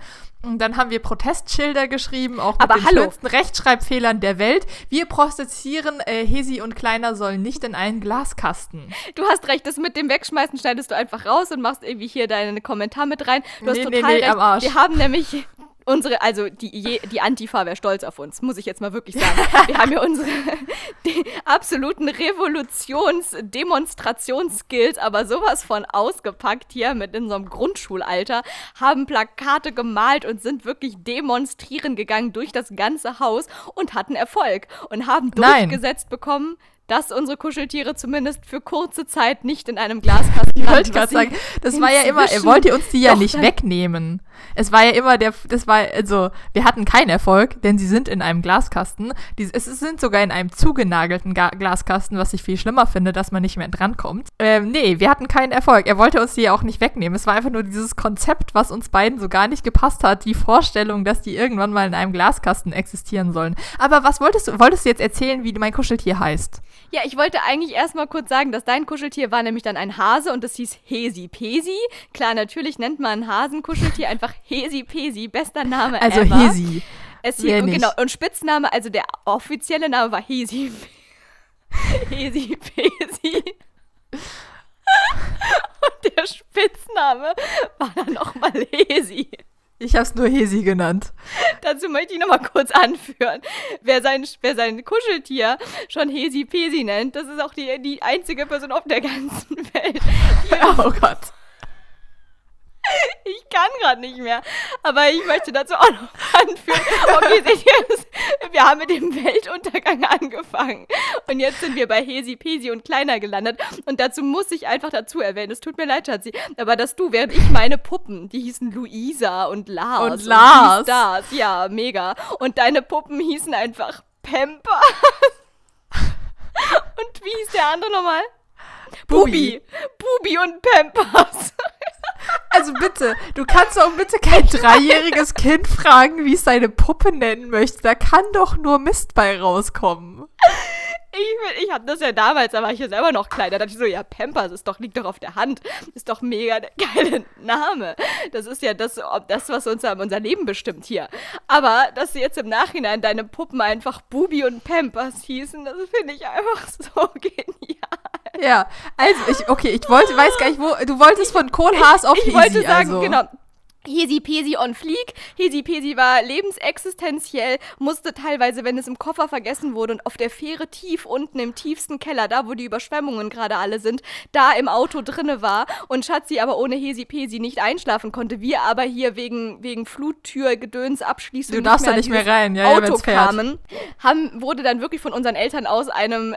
Und dann haben wir Protestschilder geschrieben, auch mit Aber den schönsten Rechtschreibfehlern der Welt. Wir protestieren, Hesi und Kleiner sollen nicht in einen Glaskasten. Du hast recht, das mit dem Wegschmeißen schneidest du einfach raus und machst irgendwie hier deinen Kommentar mit rein. Du hast total recht. Am Arsch. Wir haben nämlich die Antifa wäre stolz auf uns, muss ich jetzt mal wirklich sagen. Wir haben ja unsere absoluten Demonstrationsskills, aber sowas von ausgepackt hier mit unserem Grundschulalter, haben Plakate gemalt und sind wirklich demonstrieren gegangen durch das ganze Haus und hatten Erfolg und haben durchgesetzt bekommen, dass unsere Kuscheltiere zumindest für kurze Zeit nicht in einem Glaskasten landen. Ich wollte gerade sagen, das war ja immer, er wollte uns die ja nicht wegnehmen. Es war ja immer wir hatten keinen Erfolg, denn sie sind in einem Glaskasten. Es sind sogar in einem zugenagelten Glaskasten, was ich viel schlimmer finde, dass man nicht mehr drankommt. Nee, wir hatten keinen Erfolg. Er wollte uns die ja auch nicht wegnehmen. Es war einfach nur dieses Konzept, was uns beiden so gar nicht gepasst hat. Die Vorstellung, dass die irgendwann mal in einem Glaskasten existieren sollen. Aber was wolltest du jetzt erzählen, wie mein Kuscheltier heißt? Ja, ich wollte eigentlich erstmal kurz sagen, dass dein Kuscheltier war nämlich dann ein Hase und das hieß Hesi Pesi. Klar, natürlich nennt man ein Hasenkuscheltier einfach Hesi Pesi, bester Name also ever. Hesi. Genau, und Spitzname, also der offizielle Name war Hesi Pesi. Und der Spitzname war dann nochmal Hesi. Ich hab's nur Hesi genannt. Dazu möchte ich nochmal kurz anführen. Wer sein Kuscheltier schon Hesi Pesi nennt, das ist auch die einzige Person auf der ganzen Welt. Oh Gott. Ich kann gerade nicht mehr, aber ich möchte dazu auch noch anführen. Okay, seht ihr, wir haben mit dem Weltuntergang angefangen und jetzt sind wir bei Hesi Pesi und Kleiner gelandet und dazu muss ich einfach dazu erwähnen, es tut mir leid, Schatzi, aber während ich meine Puppen, die hießen Luisa und Lars. Und Lars. Ja, mega. Und deine Puppen hießen einfach Pampers. Und wie hieß der andere nochmal? Bubi und Pampers. Also bitte, du kannst doch bitte kein 3-jähriges Kind fragen, wie es seine Puppe nennen möchte. Da kann doch nur Mist bei rauskommen. Ich hab das ja damals, da war ich ja selber noch kleiner. Da dachte ich so, ja, Pampers liegt doch auf der Hand. Ist doch mega der geile Name. Das ist ja das was unser Leben bestimmt hier. Aber, dass jetzt im Nachhinein deine Puppen einfach Bubi und Pampers hießen, das finde ich einfach so genial. Ja, also weiß gar nicht, wo, du wolltest von Kohlhaas auf Hesi. Ich wollte sagen, also. genau. Hesi Pesi on Fleek. Hesi Pesi war lebensexistenziell, musste teilweise, wenn es im Koffer vergessen wurde und auf der Fähre tief unten im tiefsten Keller, da wo die Überschwemmungen gerade alle sind, da im Auto drinne war und Schatzi aber ohne Hesi Pesi nicht einschlafen konnte. Wir aber hier wegen Fluttür-Gedöns abschließen. Du darfst da nicht mehr rein, ja, Auto kamen, wurde dann wirklich von unseren Eltern aus einem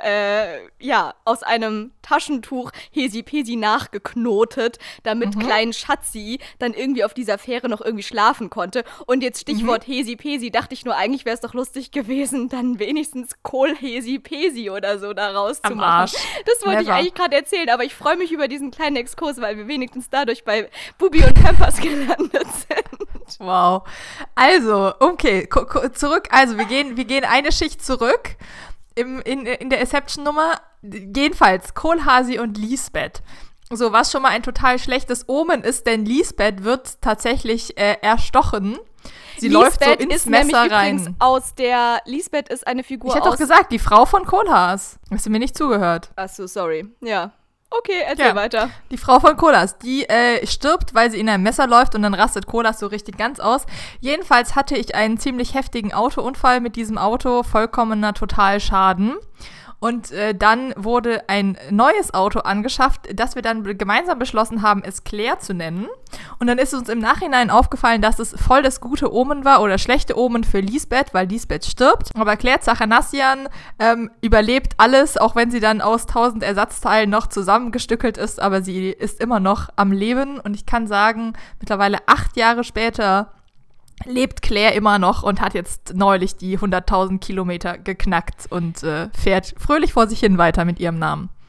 Taschentuch Hesi Pesi nachgeknotet, damit kleinen Schatzi dann irgendwie auf dieser Fähre noch irgendwie schlafen konnte. Und jetzt Stichwort Hesi Pesi, dachte ich nur, eigentlich wäre es doch lustig gewesen, dann wenigstens Kohl Hesi Pesi oder so da rauszumachen. Das wollte ich eigentlich gerade erzählen, aber ich freue mich über diesen kleinen Exkurs, weil wir wenigstens dadurch bei Bubi und Pampers gelandet sind. Wow. Also, okay, zurück. Also, wir gehen eine Schicht zurück in der Exception-Nummer. Jedenfalls Kohlhasi und Lisbeth. So, was schon mal ein total schlechtes Omen ist, denn Lisbeth wird tatsächlich erstochen. Sie läuft so ins Messer rein. Lisbeth ist eine Figur aus... Ich hätte doch gesagt, die Frau von Kohlhaas. Hast du mir nicht zugehört? Achso, sorry. Ja. Okay, erzähl weiter. Die Frau von Kohlhaas, die stirbt, weil sie in ein Messer läuft und dann rastet Kohlhaas so richtig ganz aus. Jedenfalls hatte ich einen ziemlich heftigen Autounfall mit diesem Auto, vollkommener Totalschaden. Und dann wurde ein neues Auto angeschafft, das wir dann gemeinsam beschlossen haben, es Claire zu nennen. Und dann ist uns im Nachhinein aufgefallen, dass es voll das gute Omen war oder schlechte Omen für Lisbeth, weil Lisbeth stirbt. Aber Claire Zachanassian überlebt alles, auch wenn sie dann aus 1000 Ersatzteilen noch zusammengestückelt ist. Aber sie ist immer noch am Leben. Und ich kann sagen, mittlerweile 8 Jahre später lebt Claire immer noch und hat jetzt neulich die 100.000 Kilometer geknackt und fährt fröhlich vor sich hin weiter mit ihrem Namen.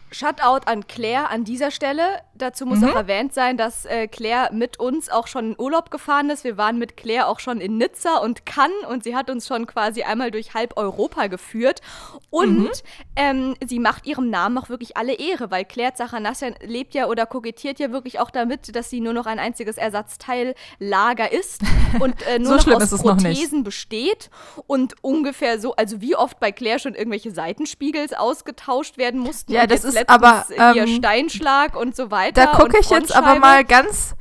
Shoutout an Claire an dieser Stelle. Dazu muss auch erwähnt sein, dass Claire mit uns auch schon in Urlaub gefahren ist. Wir waren mit Claire auch schon in Nizza und Cannes und sie hat uns schon quasi einmal durch halb Europa geführt. Und sie macht ihrem Namen auch wirklich alle Ehre, weil Claire Zachanassian lebt ja oder kokettiert ja wirklich auch damit, dass sie nur noch ein einziges Ersatzteillager ist und nur so noch aus Prothesen besteht und ungefähr so, also wie oft bei Claire schon irgendwelche Seitenspiegels ausgetauscht werden mussten. Ja, und das ist letztens aber hier Steinschlag und so weiter. Da gucke ich jetzt aber mal ganz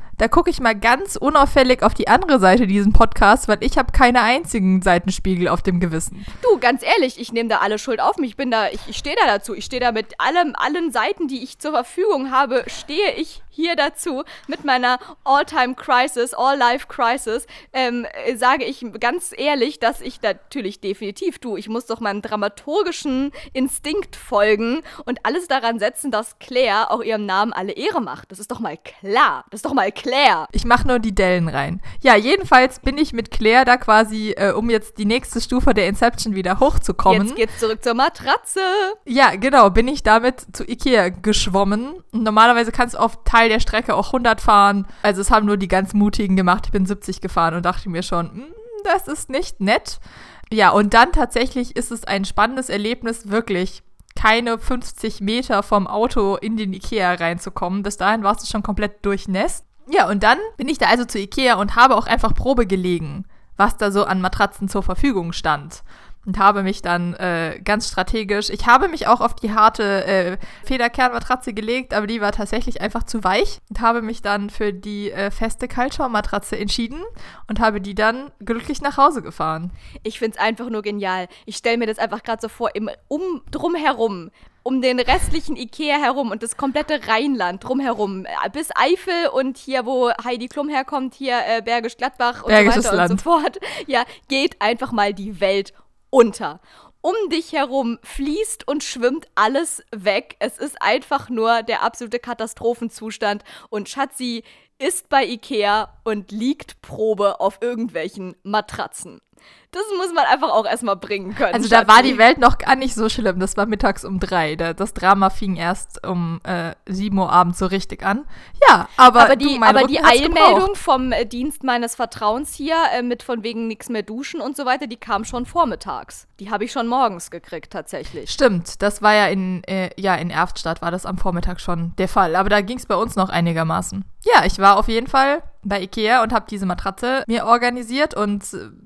unauffällig auf die andere Seite diesen Podcasts, weil ich habe keine einzigen Seitenspiegel auf dem Gewissen. Du, ganz ehrlich, ich nehme da alle Schuld auf mich. Ich stehe da dazu. Ich stehe da mit allen Seiten, die ich zur Verfügung habe, stehe ich hier dazu mit meiner All-Time-Crisis, All-Life-Crisis, sage ich ganz ehrlich, dass ich natürlich definitiv ich muss doch meinem dramaturgischen Instinkt folgen und alles daran setzen, dass Claire auch ihrem Namen alle Ehre macht. Das ist doch mal klar. Claire. Ich mache nur die Dellen rein. Ja, jedenfalls bin ich mit Claire da quasi, um jetzt die nächste Stufe der Inception wieder hochzukommen. Jetzt geht's zurück zur Matratze. Ja, genau, bin ich damit zu Ikea geschwommen. Und normalerweise kannst du auf Teil der Strecke auch 100 fahren. Also es haben nur die ganz Mutigen gemacht. Ich bin 70 gefahren und dachte mir schon, das ist nicht nett. Ja, und dann tatsächlich ist es ein spannendes Erlebnis, wirklich keine 50 Meter vom Auto in den Ikea reinzukommen. Bis dahin warst du schon komplett durchnässt. Ja, und dann bin ich da also zu Ikea und habe auch einfach Probe gelegen, was da so an Matratzen zur Verfügung stand. Und habe mich dann ganz strategisch, ich habe mich auch auf die harte Federkernmatratze gelegt, aber die war tatsächlich einfach zu weich. Und habe mich dann für die feste Kaltschaummatratze entschieden und habe die dann glücklich nach Hause gefahren. Ich find's einfach nur genial. Ich stelle mir das einfach gerade so vor, drumherum, um den restlichen Ikea herum und das komplette Rheinland drumherum, bis Eifel und hier, wo Heidi Klum herkommt, hier Bergisch Gladbach und Bergisches so weiter Land. Und so fort. Ja, geht einfach mal die Welt unter. Um dich herum fließt und schwimmt alles weg. Es ist einfach nur der absolute Katastrophenzustand. Und Schatzi ist bei Ikea und liegt Probe auf irgendwelchen Matratzen. Das muss man einfach auch erstmal bringen können. Also da war die Welt noch gar nicht so schlimm. Das war mittags um 3. Das Drama fing erst um 7 Uhr abends so richtig an. Ja, aber die Eilmeldung vom Dienst meines Vertrauens hier mit von wegen nichts mehr duschen und so weiter, die kam schon vormittags. Die habe ich schon morgens gekriegt tatsächlich. Stimmt, das war ja in Erftstadt war das am Vormittag schon der Fall. Aber da ging es bei uns noch einigermaßen. Ja, ich war auf jeden Fall bei Ikea und habe diese Matratze mir organisiert und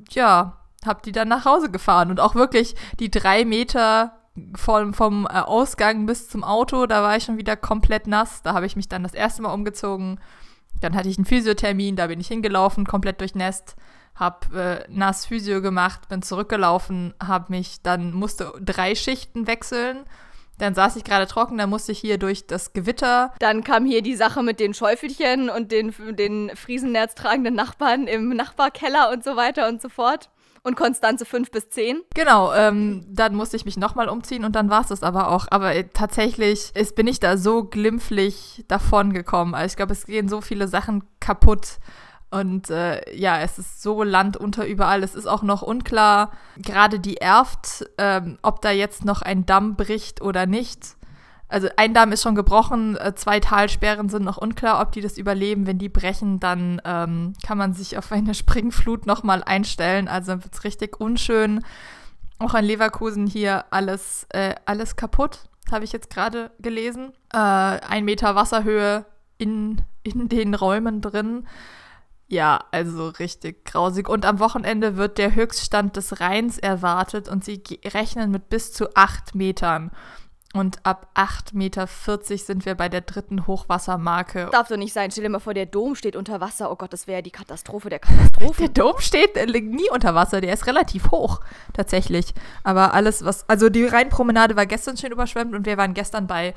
habe die dann nach Hause gefahren. Und auch wirklich die 3 Meter vom Ausgang bis zum Auto, da war ich schon wieder komplett nass. Da habe ich mich dann das erste Mal umgezogen. Dann hatte ich einen Physiothermin, da bin ich hingelaufen, komplett durchnässt. Habe nass Physio gemacht, bin zurückgelaufen, musste 3 Schichten wechseln. Dann saß ich gerade trocken, dann musste ich hier durch das Gewitter. Dann kam hier die Sache mit den Schäufelchen und den Friesennerz tragenden Nachbarn im Nachbarkeller und so weiter und so fort. Und Konstanze 5 bis 10. Genau, dann musste ich mich nochmal umziehen und dann war es das aber auch. Aber tatsächlich bin ich da so glimpflich davon gekommen. Also ich glaube, es gehen so viele Sachen kaputt. Und es ist so landunter überall. Es ist auch noch unklar, gerade die Erft, ob da jetzt noch ein Damm bricht oder nicht. Also ein Damm ist schon gebrochen, 2 Talsperren sind noch unklar, ob die das überleben. Wenn die brechen, dann kann man sich auf eine Springflut nochmal einstellen. Also dann wird es richtig unschön. Auch in Leverkusen hier alles kaputt, habe ich jetzt gerade gelesen. 1 Meter Wasserhöhe in den Räumen drin. Ja, also richtig grausig. Und am Wochenende wird der Höchststand des Rheins erwartet und sie rechnen mit bis zu 8 Metern. Und ab 8,40 Meter sind wir bei der 3. Hochwassermarke. Darf doch nicht sein. Stell dir mal vor, der Dom steht unter Wasser. Oh Gott, das wäre ja die Katastrophe der Katastrophe. Der Dom liegt nie unter Wasser. Der ist relativ hoch, tatsächlich. Aber also die Rheinpromenade war gestern schön überschwemmt und wir waren gestern bei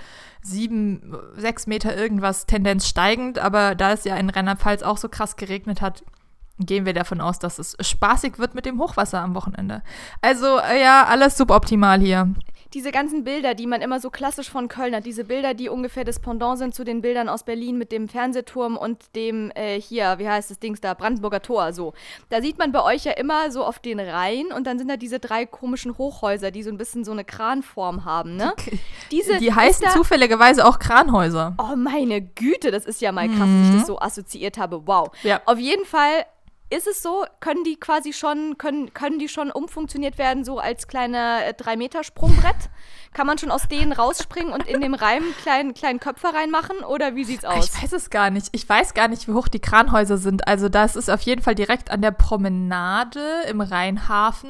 6 Meter irgendwas, Tendenz steigend. Aber da es ja in Rheinland-Pfalz auch so krass geregnet hat, gehen wir davon aus, dass es spaßig wird mit dem Hochwasser am Wochenende. Also, alles suboptimal hier. diese ganzen Bilder, die man immer so klassisch von Köln hat, diese Bilder, die ungefähr das Pendant sind zu den Bildern aus Berlin mit dem Fernsehturm und dem, hier, wie heißt das Dings da, Brandenburger Tor, so. Da sieht man bei euch ja immer so auf den Rhein und dann sind da diese 3 komischen Hochhäuser, die so ein bisschen so eine Kranform haben, ne? Die heißen zufälligerweise auch Kranhäuser. Oh, meine Güte, das ist ja mal krass, dass ich das so assoziiert habe. Wow. Ja. Auf jeden Fall ist es so, können die schon umfunktioniert werden, so als kleine 3-Meter-Sprungbrett? Kann man schon aus denen rausspringen und in dem Reim kleinen Köpfe reinmachen? Oder wie sieht's aus? Ich weiß es gar nicht. Ich weiß gar nicht, wie hoch die Kranhäuser sind. Also das ist auf jeden Fall direkt an der Promenade im Rheinhafen.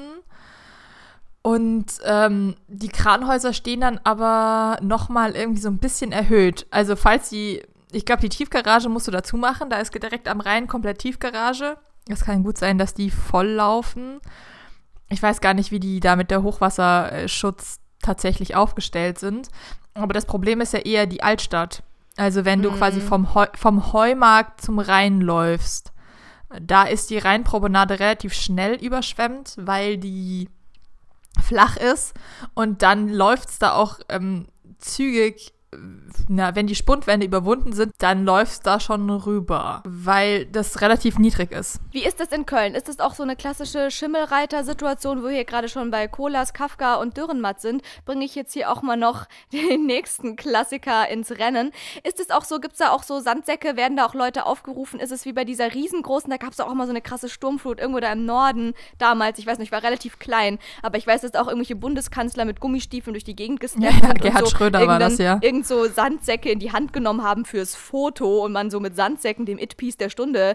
Und die Kranhäuser stehen dann aber nochmal irgendwie so ein bisschen erhöht. Also ich glaube, die Tiefgarage musst du dazu machen. Da ist direkt am Rhein komplett Tiefgarage. Es kann gut sein, dass die voll laufen. Ich weiß gar nicht, wie die da mit der Hochwasserschutz tatsächlich aufgestellt sind. Aber das Problem ist ja eher die Altstadt. Also wenn du quasi vom Heumarkt zum Rhein läufst, da ist die Rheinpromenade relativ schnell überschwemmt, weil die flach ist. Und dann läuft es da auch zügig. Wenn die Spundwände überwunden sind, dann läuft's da schon rüber, weil das relativ niedrig ist. Wie ist das in Köln? Ist das auch so eine klassische Schimmelreiter-Situation, wo wir hier gerade schon bei Kolas, Kafka und Dürrenmatt sind? Bringe ich jetzt hier auch mal noch den nächsten Klassiker ins Rennen. Ist es auch so, gibt's da auch so Sandsäcke, werden da auch Leute aufgerufen? Ist es wie bei dieser riesengroßen, da gab's auch mal so eine krasse Sturmflut irgendwo da im Norden damals, ich weiß nicht, ich war relativ klein, aber ich weiß, dass auch irgendwelche Bundeskanzler mit Gummistiefeln durch die Gegend gesnappt sind. Gerhard so Schröder war das, ja. So Sandsäcke in die Hand genommen haben fürs Foto und man so mit Sandsäcken dem It-Piece der Stunde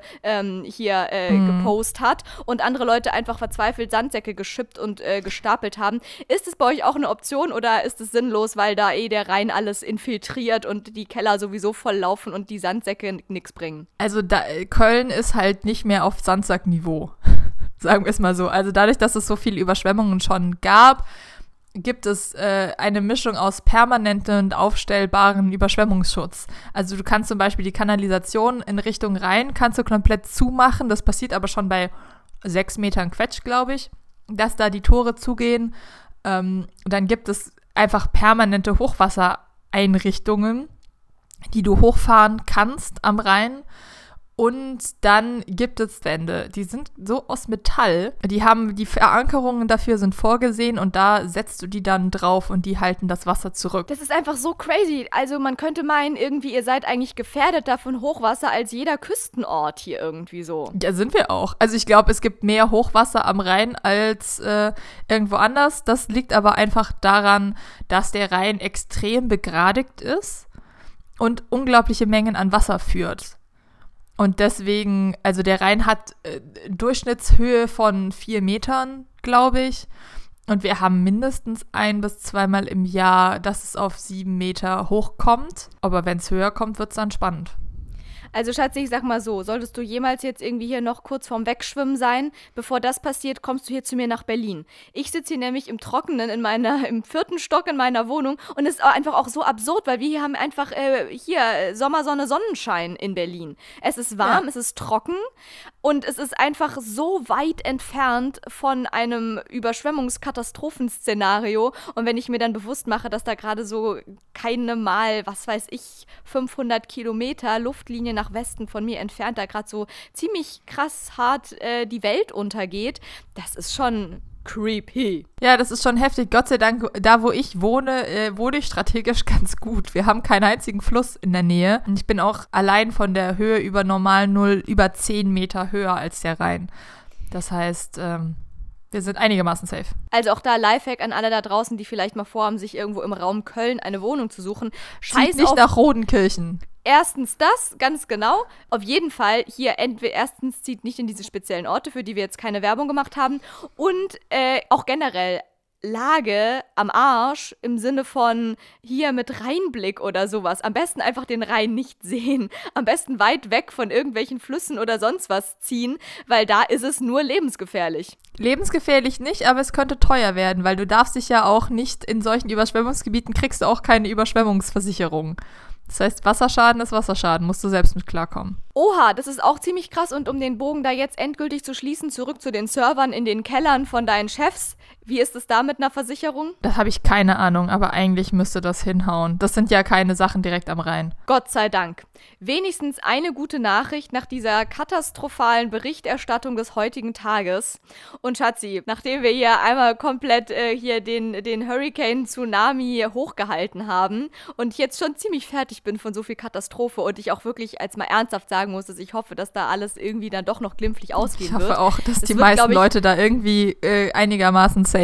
gepostet hat und andere Leute einfach verzweifelt Sandsäcke geschippt und gestapelt haben. Ist es bei euch auch eine Option oder ist es sinnlos, weil da der Rhein alles infiltriert und die Keller sowieso voll laufen und die Sandsäcke nichts bringen? Also Köln ist halt nicht mehr auf Sandsackniveau, sagen wir es mal so. Also dadurch, dass es so viele Überschwemmungen schon gab, gibt es eine Mischung aus permanentem und aufstellbaren Überschwemmungsschutz. Also du kannst zum Beispiel die Kanalisation in Richtung Rhein kannst du komplett zumachen. Das passiert aber schon bei 6 Metern Quetsch, glaube ich, dass da die Tore zugehen. Dann gibt es einfach permanente Hochwassereinrichtungen, die du hochfahren kannst am Rhein. Und dann gibt es Wände, die sind so aus Metall, die Verankerungen dafür sind vorgesehen und da setzt du die dann drauf und die halten das Wasser zurück. Das ist einfach so crazy. Also man könnte meinen, irgendwie ihr seid eigentlich gefährdeter von Hochwasser als jeder Küstenort hier irgendwie so. Ja, sind wir auch. Also ich glaube, es gibt mehr Hochwasser am Rhein als irgendwo anders. Das liegt aber einfach daran, dass der Rhein extrem begradigt ist und unglaubliche Mengen an Wasser führt. Und deswegen, also der Rhein hat Durchschnittshöhe von 4 Metern, glaube ich. Und wir haben mindestens 1- bis 2-mal im Jahr, dass es auf 7 Meter hochkommt. Aber wenn es höher kommt, wird es dann spannend. Also Schatzi, ich sag mal so, solltest du jemals jetzt irgendwie hier noch kurz vorm Wegschwimmen sein, bevor das passiert, kommst du hier zu mir nach Berlin. Ich sitze hier nämlich im Trockenen im 4. Stock in meiner Wohnung und es ist einfach auch so absurd, weil wir hier haben einfach Sommersonne, Sonnenschein in Berlin. Es ist warm, Es ist trocken und es ist einfach so weit entfernt von einem Überschwemmungskatastrophenszenario und wenn ich mir dann bewusst mache, dass da gerade so keine mal, 500 Kilometer Luftlinie nach Westen von mir entfernt, da gerade so ziemlich krass hart die Welt untergeht, das ist schon creepy. Ja, das ist schon heftig. Gott sei Dank, da wo ich wohne, wohne ich strategisch ganz gut. Wir haben keinen einzigen Fluss in der Nähe. Und ich bin auch allein von der Höhe über normal 0 über 10 Meter höher als der Rhein. Das heißt, wir sind einigermaßen safe. Also auch da Lifehack an alle da draußen, die vielleicht mal vorhaben, sich irgendwo im Raum Köln eine Wohnung zu suchen. Scheiß nicht nach Rodenkirchen. Erstens das, ganz genau. Auf jeden Fall hier erstens zieht nicht in diese speziellen Orte, für die wir jetzt keine Werbung gemacht haben. Und auch generell Lage am Arsch im Sinne von hier mit Rheinblick oder sowas. Am besten einfach den Rhein nicht sehen. Am besten weit weg von irgendwelchen Flüssen oder sonst was ziehen, weil da ist es nur lebensgefährlich. Lebensgefährlich nicht, aber es könnte teuer werden, weil du darfst dich ja auch nicht in solchen Überschwemmungsgebieten, kriegst du auch keine Überschwemmungsversicherung. Das heißt, Wasserschaden ist Wasserschaden, musst du selbst mit klarkommen. Oha, das ist auch ziemlich krass. Und um den Bogen da jetzt endgültig zu schließen, zurück zu den Servern in den Kellern von deinen Chefs. Wie ist es da mit einer Versicherung? Das habe ich keine Ahnung, aber eigentlich müsste das hinhauen. Das sind ja keine Sachen direkt am Rhein. Gott sei Dank. Wenigstens eine gute Nachricht nach dieser katastrophalen Berichterstattung des heutigen Tages. Und Schatzi, nachdem wir hier einmal komplett hier den Hurricane Tsunami hochgehalten haben und ich jetzt schon ziemlich fertig bin von so viel Katastrophe und ich auch wirklich als mal ernsthaft sagen muss, dass ich hoffe, dass da alles irgendwie dann doch noch glimpflich ausgehen wird. Ich hoffe auch, dass die meisten Leute da irgendwie einigermaßen safe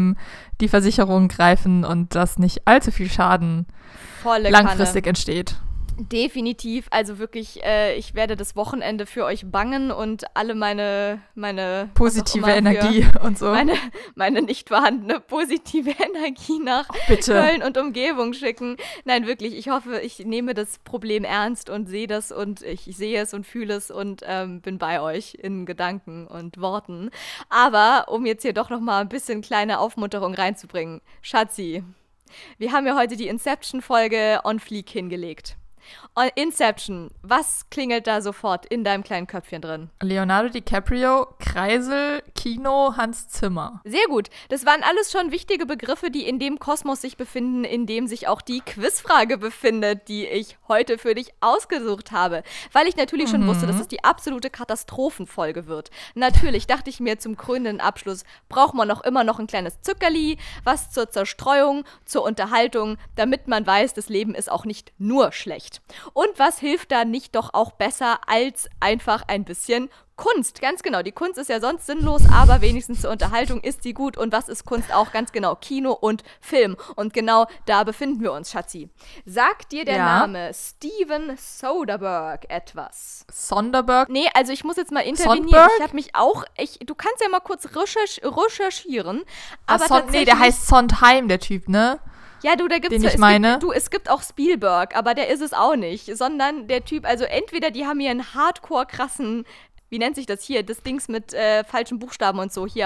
die Versicherung greifen und dass nicht allzu viel Schaden langfristig entsteht. Definitiv, also wirklich, ich werde das Wochenende für euch bangen und alle meine positive Energie und so. Meine nicht vorhandene positive Energie nach Köln und Umgebung schicken. Nein, wirklich, ich hoffe, ich nehme das Problem ernst und sehe das und ich sehe es und fühle es und bin bei euch in Gedanken und Worten. Aber um jetzt hier doch nochmal ein bisschen kleine Aufmunterung reinzubringen, Schatzi, wir haben ja heute die Inception-Folge on Fleek hingelegt. Inception, was klingelt da sofort in deinem kleinen Köpfchen drin? Leonardo DiCaprio, Kreisel, Kino, Hans Zimmer. Sehr gut. Das waren alles schon wichtige Begriffe, die in dem Kosmos sich befinden, in dem sich auch die Quizfrage befindet, die ich heute für dich ausgesucht habe. Weil ich natürlich schon wusste, dass es die absolute Katastrophenfolge wird. Natürlich dachte ich mir, zum krönenden Abschluss braucht man immer noch ein kleines Zuckerli, was zur Zerstreuung, zur Unterhaltung, damit man weiß, das Leben ist auch nicht nur schlecht. Und was hilft da nicht doch auch besser als einfach ein bisschen Kunst? Ganz genau, die Kunst ist ja sonst sinnlos, aber wenigstens zur Unterhaltung ist sie gut. Und was ist Kunst auch? Ganz genau, Kino und Film. Und genau da befinden wir uns, Schatzi. Sagt dir der Name Steven Soderbergh etwas? Sonderberg? Nee, also ich muss jetzt mal intervenieren. Ich habe mich auch, du kannst ja mal kurz recherchieren. Aber nee, der heißt Sondheim, der Typ, ne? Ja, da gibt's den ich meine. Es gibt auch Spielberg, aber der ist es auch nicht, sondern der Typ, also entweder die haben hier einen hardcore krassen, wie nennt sich das hier, das Dings mit falschen Buchstaben und so, hier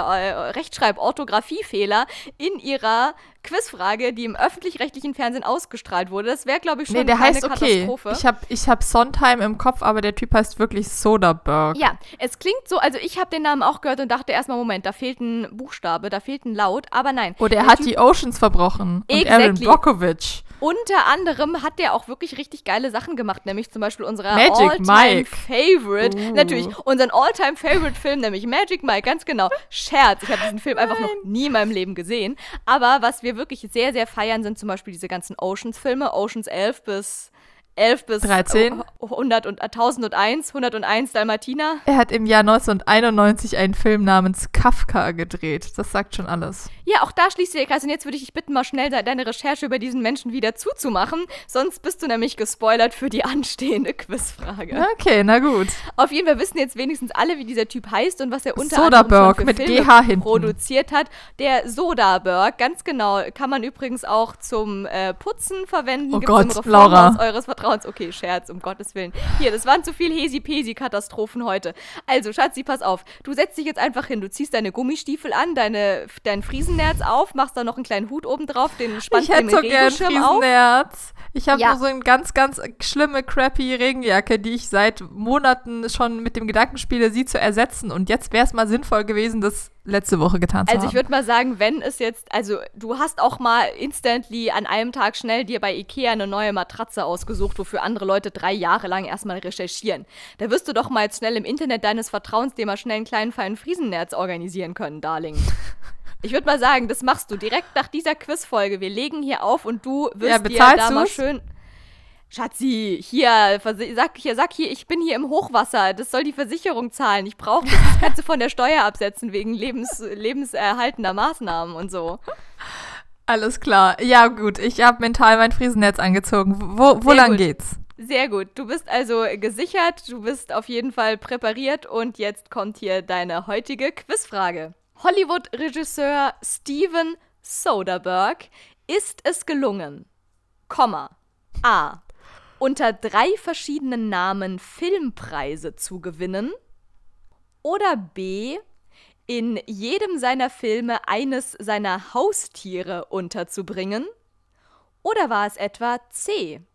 Rechtschreib-Orthografie-Fehler in ihrer Quizfrage, die im öffentlich-rechtlichen Fernsehen ausgestrahlt wurde. Das wäre, glaube ich, schon eine kleine Katastrophe. Ich hab Sondheim im Kopf, aber der Typ heißt wirklich Soderbergh. Ja, es klingt so, also ich habe den Namen auch gehört und dachte erstmal, Moment, da fehlt ein Buchstabe, da fehlt ein Laut, aber nein. Oder er hat die Oceans verbrochen. Und Erin Brockovich. Unter anderem hat der auch wirklich richtig geile Sachen gemacht, nämlich zum Beispiel unserer All-Time-Favorite, natürlich, unseren All-Time-Favorite-Film, nämlich Magic Mike, ganz genau. Scherz, ich habe diesen Film einfach noch nie in meinem Leben gesehen, aber was wir wirklich sehr, sehr feiern, sind zum Beispiel diese ganzen Oceans-Filme, Oceans 11 bis 13. 100 und 1001, 101 Dalmatiner. Er hat im Jahr 1991 einen Film namens Kafka gedreht. Das sagt schon alles. Ja, auch da schließt sich der Kreis. Und jetzt würde ich dich bitten, mal schnell deine Recherche über diesen Menschen wieder zuzumachen. Sonst bist du nämlich gespoilert für die anstehende Quizfrage. Okay, na gut. Auf jeden Fall wissen jetzt wenigstens alle, wie dieser Typ heißt und was er unter Soderbergh anderem für mit Filme GH hinten produziert hat. Der Soderbergh, ganz genau, kann man übrigens auch zum Putzen verwenden. Oh Gibt's Gott, im Reformhaus Laura. Eures Vertrauens. Okay, Scherz, um Gottes Willen. Hier, das waren zu viel Hesi-Pesi-Katastrophen heute. Also, Schatzi, pass auf. Du setzt dich jetzt einfach hin. Du ziehst deine Gummistiefel an, dein Friesennerz auf, machst da noch einen kleinen Hut oben drauf, den spannst du mit dem Regenschirm auf. Friesennerz. Ich habe nur so eine ganz, ganz schlimme, crappy Regenjacke, die ich seit Monaten schon mit dem Gedanken spiele, sie zu ersetzen. Und jetzt wäre es mal sinnvoll gewesen, das letzte Woche getan zu haben. Also ich würde mal sagen, wenn es jetzt, also du hast auch mal instantly an einem Tag schnell dir bei Ikea eine neue Matratze ausgesucht, wofür andere Leute 3 Jahre lang erstmal recherchieren. Da wirst du doch mal jetzt schnell im Internet deines Vertrauens dir mal schnell einen kleinen feinen Friesennerz organisieren können, Darling. Ich würde mal sagen, das machst du direkt nach dieser Quizfolge. Wir legen hier auf und du wirst dir da mal schön... Schatzi, sag hier, ich bin hier im Hochwasser. Das soll die Versicherung zahlen. Ich brauche das. Das kannst du von der Steuer absetzen wegen lebenserhaltender Maßnahmen und so. Alles klar. Ja, gut. Ich habe mental mein Friesennetz angezogen. Wo lang geht's? Sehr gut. Du bist also gesichert. Du bist auf jeden Fall präpariert. Und jetzt kommt hier deine heutige Quizfrage. Hollywood-Regisseur Steven Soderbergh ist es gelungen, A. unter 3 verschiedenen Namen Filmpreise zu gewinnen oder B. in jedem seiner Filme eines seiner Haustiere unterzubringen oder war es etwa C.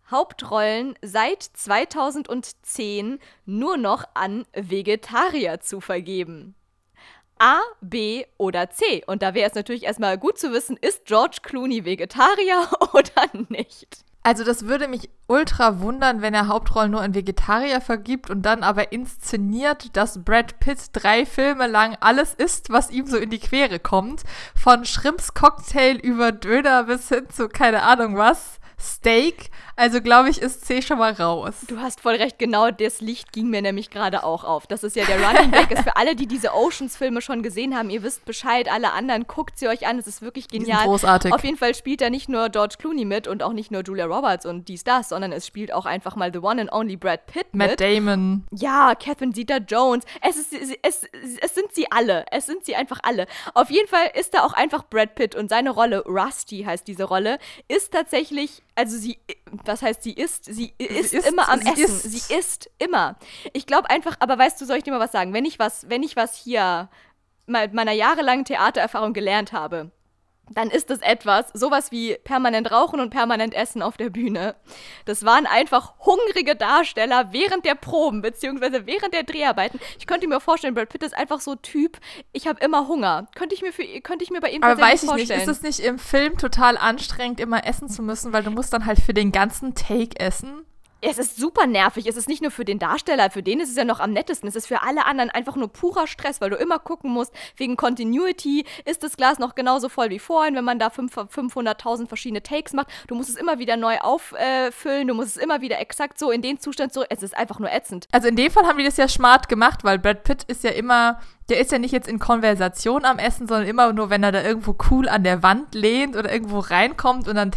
Hauptrollen seit 2010 nur noch an Vegetarier zu vergeben? A, B oder C? Und da wäre es natürlich erstmal gut zu wissen, ist George Clooney Vegetarier oder nicht? Also das würde mich ultra wundern, wenn er Hauptrollen nur an Vegetarier vergibt und dann aber inszeniert, dass Brad Pitt 3 Filme lang alles isst, was ihm so in die Quere kommt. Von Shrimps-Cocktail über Döner bis hin zu keine Ahnung was, Steak. Also glaube ich, ist C schon mal raus. Du hast voll recht, genau das Licht ging mir nämlich gerade auch auf. Das ist ja der Running Gag, ist für alle, die diese Oceans-Filme schon gesehen haben. Ihr wisst Bescheid, alle anderen, guckt sie euch an, es ist wirklich genial. Die sind großartig. Auf jeden Fall spielt da nicht nur George Clooney mit und auch nicht nur Julia Roberts und dies, das, sondern es spielt auch einfach mal the one and only Brad Pitt mit. Matt Damon. Ja, Catherine Zeta-Jones. Es sind sie alle. Es sind sie einfach alle. Auf jeden Fall ist da auch einfach Brad Pitt und seine Rolle, Rusty heißt diese Rolle, ist tatsächlich, also was heißt sie isst? Sie isst immer am Essen. Sie isst immer. Ich glaube einfach, aber weißt du, soll ich dir mal was sagen? Wenn ich was hier mit meiner jahrelangen Theatererfahrung gelernt habe, dann ist es sowas wie permanent rauchen und permanent essen auf der Bühne. Das waren einfach hungrige Darsteller während der Proben, beziehungsweise während der Dreharbeiten. Ich könnte mir vorstellen, Brad Pitt ist einfach so Typ, ich habe immer Hunger. Könnte ich mir bei ihm aber tatsächlich vorstellen. Aber weiß ich nicht, ist es nicht im Film total anstrengend, immer essen zu müssen, weil du musst dann halt für den ganzen Take essen? Es ist super nervig. Es ist nicht nur für den Darsteller, für den ist es ja noch am nettesten. Es ist für alle anderen einfach nur purer Stress, weil du immer gucken musst, wegen Continuity, ist das Glas noch genauso voll wie vorhin, wenn man da 500.000 verschiedene Takes macht. Du musst es immer wieder neu auffüllen, du musst es immer wieder exakt so in den Zustand zurück. Es ist einfach nur ätzend. Also in dem Fall haben die das ja smart gemacht, weil Brad Pitt ist ja immer, der ist ja nicht jetzt in Konversation am Essen, sondern immer nur, wenn er da irgendwo cool an der Wand lehnt oder irgendwo reinkommt und dann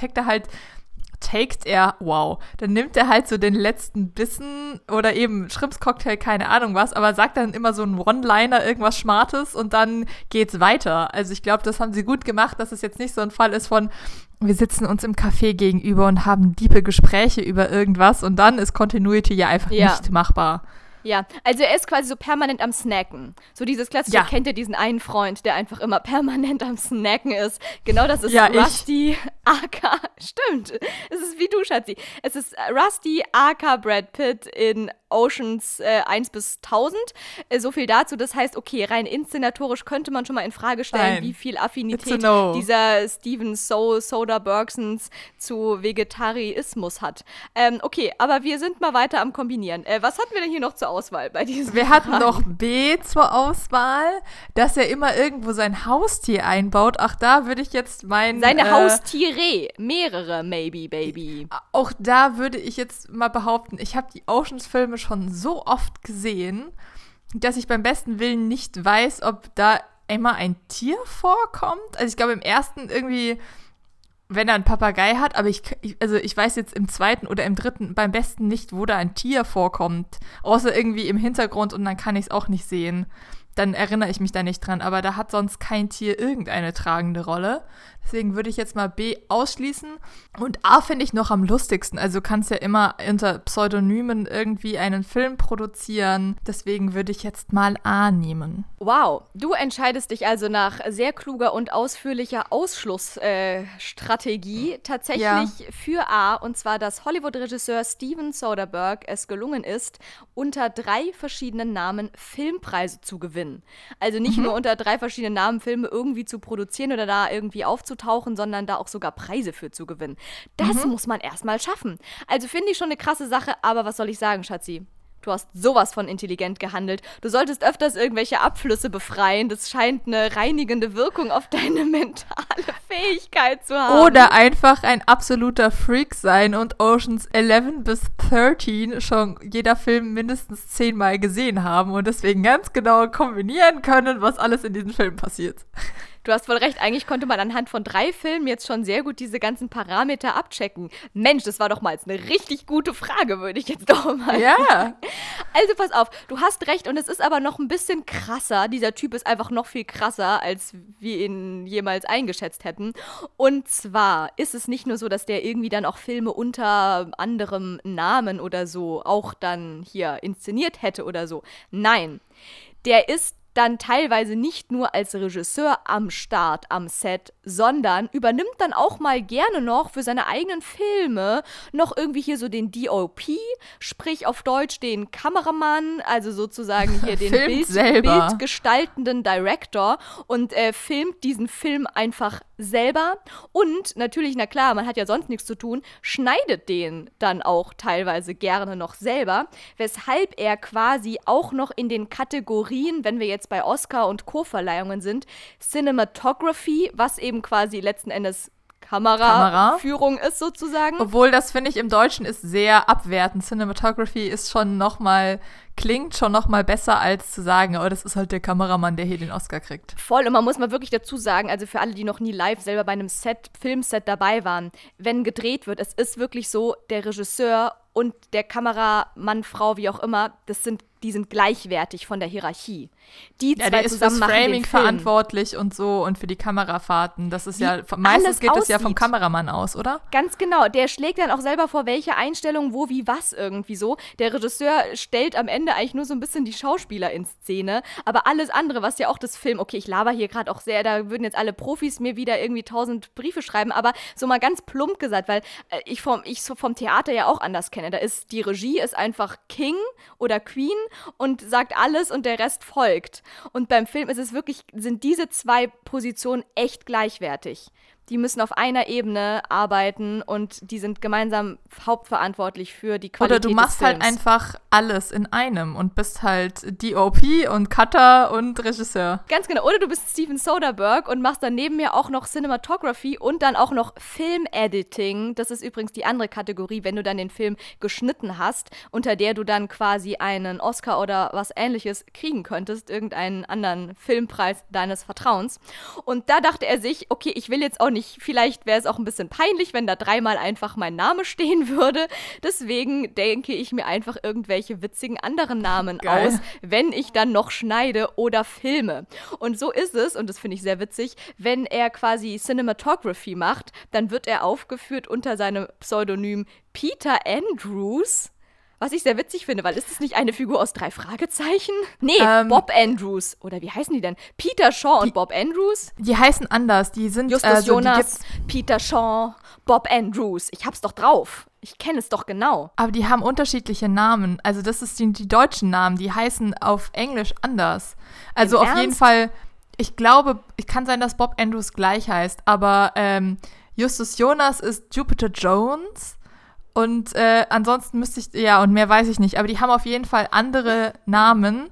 dann nimmt er halt so den letzten Bissen oder eben Shrimps-Cocktail, keine Ahnung was, aber sagt dann immer so einen One-Liner, irgendwas Schmartes und dann geht's weiter. Also ich glaube, das haben sie gut gemacht, dass es jetzt nicht so ein Fall ist von, wir sitzen uns im Café gegenüber und haben diepe Gespräche über irgendwas und dann ist Continuity ja einfach nicht machbar. Ja, also er ist quasi so permanent am Snacken. So dieses klassische, kennt ihr diesen einen Freund, der einfach immer permanent am Snacken ist? Genau das ist Rusty aka, stimmt, es ist wie du, Schatzi. Es ist Rusty aka Brad Pitt in Oceans 1 bis 1000. So viel dazu, das heißt, okay, rein inszenatorisch könnte man schon mal in Frage stellen, wie viel Affinität dieser Steven Soderberghs zu Vegetarismus hat. Okay, aber wir sind mal weiter am Kombinieren. Was hatten wir denn hier noch zur Auswahl bei diesem Wir hatten noch B zur Auswahl, dass er immer irgendwo sein Haustier einbaut. Ach, da würde ich jetzt seine Haustiere, mehrere, maybe, baby. Auch da würde ich jetzt mal behaupten, ich habe die Oceans-Filme schon so oft gesehen, dass ich beim besten Willen nicht weiß, ob da immer ein Tier vorkommt. Also ich glaube im ersten irgendwie, wenn er einen Papagei hat, aber ich weiß jetzt im zweiten oder im dritten beim besten nicht, wo da ein Tier vorkommt. Außer irgendwie im Hintergrund und dann kann ich es auch nicht sehen. Dann erinnere ich mich da nicht dran. Aber da hat sonst kein Tier irgendeine tragende Rolle. Deswegen würde ich jetzt mal B ausschließen. Und A finde ich noch am lustigsten. Also du kannst ja immer unter Pseudonymen irgendwie einen Film produzieren. Deswegen würde ich jetzt mal A nehmen. Wow, du entscheidest dich also nach sehr kluger und ausführlicher Ausschlussstrategie tatsächlich für A. Und zwar, dass Hollywood-Regisseur Steven Soderbergh es gelungen ist, unter 3 verschiedenen Namen Filmpreise zu gewinnen. Also nicht nur unter 3 verschiedenen Namen Filme irgendwie zu produzieren oder da irgendwie aufzutauchen, sondern da auch sogar Preise für zu gewinnen. Das muss man erstmal schaffen. Also finde ich schon eine krasse Sache, aber was soll ich sagen, Schatzi? Du hast sowas von intelligent gehandelt. Du solltest öfters irgendwelche Abflüsse befreien. Das scheint eine reinigende Wirkung auf deine mentale Fähigkeit zu haben. Oder einfach ein absoluter Freak sein und Oceans 11 bis 13 schon jeder Film mindestens 10-mal gesehen haben und deswegen ganz genau kombinieren können, was alles in diesem Film passiert. Du hast voll recht, eigentlich konnte man anhand von 3 Filmen jetzt schon sehr gut diese ganzen Parameter abchecken. Mensch, das war doch mal jetzt eine richtig gute Frage, würde ich jetzt doch mal sagen. Also pass auf, du hast recht und es ist aber noch ein bisschen krasser. Dieser Typ ist einfach noch viel krasser, als wir ihn jemals eingeschätzt hätten. Und zwar ist es nicht nur so, dass der irgendwie dann auch Filme unter anderem Namen oder so auch dann hier inszeniert hätte oder so. Nein, der ist dann teilweise nicht nur als Regisseur am Start, am Set, sondern übernimmt dann auch mal gerne noch für seine eigenen Filme noch irgendwie hier so den DOP, sprich auf Deutsch den Kameramann, also sozusagen hier den bildgestaltenden Director und filmt diesen Film einfach selber und natürlich, na klar, man hat ja sonst nichts zu tun, schneidet den dann auch teilweise gerne noch selber, weshalb er quasi auch noch in den Kategorien, wenn wir jetzt bei Oscar- und Co-Verleihungen sind, Cinematography, was eben quasi letzten Endes Kameraführung ist sozusagen. Obwohl, das finde ich im Deutschen ist sehr abwertend. Cinematography ist schon klingt schon noch mal besser, als zu sagen, oh, das ist halt der Kameramann, der hier den Oscar kriegt. Voll, und man muss mal wirklich dazu sagen, also für alle, die noch nie live selber bei einem Filmset dabei waren, wenn gedreht wird, es ist wirklich so, der Regisseur und der Kameramann, Frau, wie auch immer, die sind gleichwertig von der Hierarchie. Die zwei der ist zusammen fürs machen Framing den Film. verantwortlich und so und für die Kamerafahrten. Das ist ja, meistens geht es ja vom Kameramann aus, oder? Ganz genau. Der schlägt dann auch selber vor, welche Einstellungen, wo, wie, was irgendwie so. Der Regisseur stellt am Ende eigentlich nur so ein bisschen die Schauspieler in Szene. Aber alles andere, was ja auch das Film, okay, ich laber hier gerade auch sehr, da würden jetzt alle Profis mir wieder irgendwie 1000 Briefe schreiben, aber so mal ganz plump gesagt, weil ich so vom Theater ja auch anders kenne. Da ist die Regie ist einfach King oder Queen und sagt alles und der Rest folgt. Und beim Film ist es wirklich, sind diese zwei Positionen echt gleichwertig. Die müssen auf einer Ebene arbeiten und die sind gemeinsam hauptverantwortlich für die Qualität des Films. Oder du machst halt einfach alles in einem und bist halt DOP und Cutter und Regisseur. Ganz genau. Oder du bist Steven Soderbergh und machst dann neben mir auch noch Cinematography und dann auch noch Film-Editing. Das ist übrigens die andere Kategorie, wenn du dann den Film geschnitten hast, unter der du dann quasi einen Oscar oder was Ähnliches kriegen könntest, irgendeinen anderen Filmpreis deines Vertrauens. Und da dachte er sich, okay, ich will jetzt auch nicht, vielleicht wäre es auch ein bisschen peinlich, wenn da 3-mal einfach mein Name stehen würde. Deswegen denke ich mir einfach irgendwelche witzigen anderen Namen aus, wenn ich dann noch schneide oder filme. Und so ist es, und das finde ich sehr witzig, wenn er quasi Cinematography macht, dann wird er aufgeführt unter seinem Pseudonym Peter Andrews. Was ich sehr witzig finde, weil ist das nicht eine Figur aus 3 Fragezeichen? Nee, Bob Andrews. Oder wie heißen die denn? Peter Shaw und Bob Andrews? Die heißen anders. Die sind Justus Jonas, Peter Shaw, Bob Andrews. Ich hab's doch drauf. Ich kenne es doch genau. Aber die haben unterschiedliche Namen. Also das ist die deutschen Namen. Die heißen auf Englisch anders. Also auf jeden Fall, ich glaube, es kann sein, dass Bob Andrews gleich heißt. Aber Justus Jonas ist Jupiter Jones. Und ansonsten müsste ich, ja, und mehr weiß ich nicht. Aber die haben auf jeden Fall andere Namen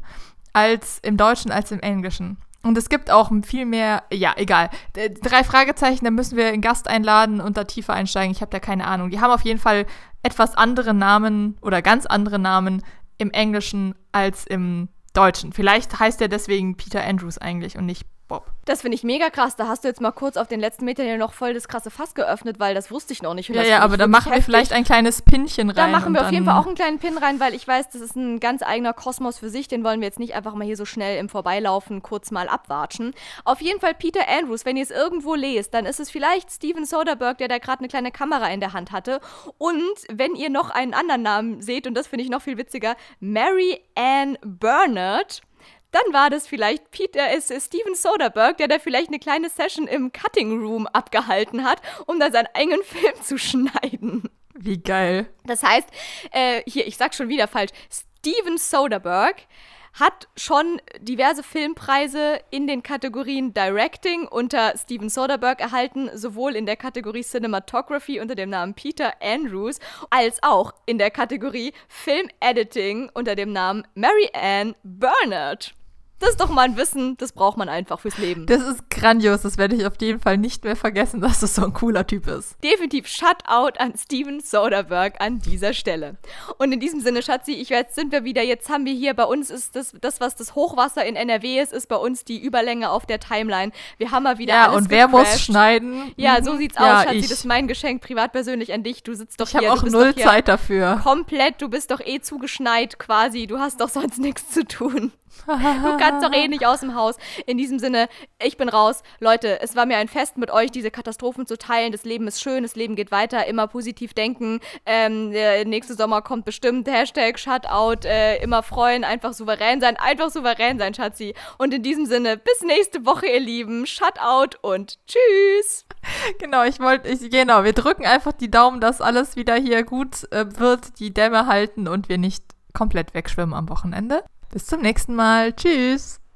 als im Deutschen, als im Englischen. Und es gibt auch viel mehr, ja, egal. 3 Fragezeichen, da müssen wir einen Gast einladen und da tiefer einsteigen. Ich habe da keine Ahnung. Die haben auf jeden Fall etwas andere Namen oder ganz andere Namen im Englischen als im Deutschen. Vielleicht heißt er deswegen Peter Andrews eigentlich und nicht Bob. Das finde ich mega krass. Da hast du jetzt mal kurz auf den letzten Metern ja noch voll das krasse Fass geöffnet, weil das wusste ich noch nicht. Ja, aber da machen wir vielleicht ein kleines Pinchen rein. Da machen wir auf jeden Fall auch einen kleinen Pin rein, weil ich weiß, das ist ein ganz eigener Kosmos für sich. Den wollen wir jetzt nicht einfach mal hier so schnell im Vorbeilaufen kurz mal abwatschen. Auf jeden Fall Peter Andrews, wenn ihr es irgendwo lest, dann ist es vielleicht Steven Soderbergh, der da gerade eine kleine Kamera in der Hand hatte. Und wenn ihr noch einen anderen Namen seht, und das finde ich noch viel witziger, Mary Ann Bernard, dann war das vielleicht Steven Soderbergh, der da vielleicht eine kleine Session im Cutting Room abgehalten hat, um da seinen eigenen Film zu schneiden. Wie geil. Das heißt, hier, ich sag's schon wieder falsch, Steven Soderbergh hat schon diverse Filmpreise in den Kategorien Directing unter Steven Soderbergh erhalten, sowohl in der Kategorie Cinematography unter dem Namen Peter Andrews, als auch in der Kategorie Film Editing unter dem Namen Mary Ann Bernard. Das ist doch mal ein Wissen, das braucht man einfach fürs Leben. Das ist grandios, das werde ich auf jeden Fall nicht mehr vergessen, dass das so ein cooler Typ ist. Definitiv Shoutout an Steven Soderbergh an dieser Stelle. Und in diesem Sinne, Schatzi, jetzt sind wir wieder, jetzt haben wir hier, bei uns ist das was das Hochwasser in NRW ist bei uns die Überlänge auf der Timeline. Wir haben mal wieder alles und wer muss schneiden? Ja, so sieht's aus, Schatzi, das ist mein Geschenk, privat persönlich an dich. Du sitzt doch hier. Ich habe auch 0 Zeit dafür. Komplett, du bist doch zugeschneit quasi, du hast doch sonst nichts zu tun. Du kannst doch eh nicht aus dem Haus. In diesem Sinne, ich bin raus. Leute, es war mir ein Fest mit euch, diese Katastrophen zu teilen. Das Leben ist schön, das Leben geht weiter. Immer positiv denken. Der nächste Sommer kommt bestimmt. Hashtag Shutout. Immer freuen, einfach souverän sein. Einfach souverän sein, Schatzi. Und in diesem Sinne, bis nächste Woche, ihr Lieben. Shutout und tschüss. Genau, wir drücken einfach die Daumen, dass alles wieder hier gut wird, die Dämme halten und wir nicht komplett wegschwimmen am Wochenende. Bis zum nächsten Mal. Tschüss.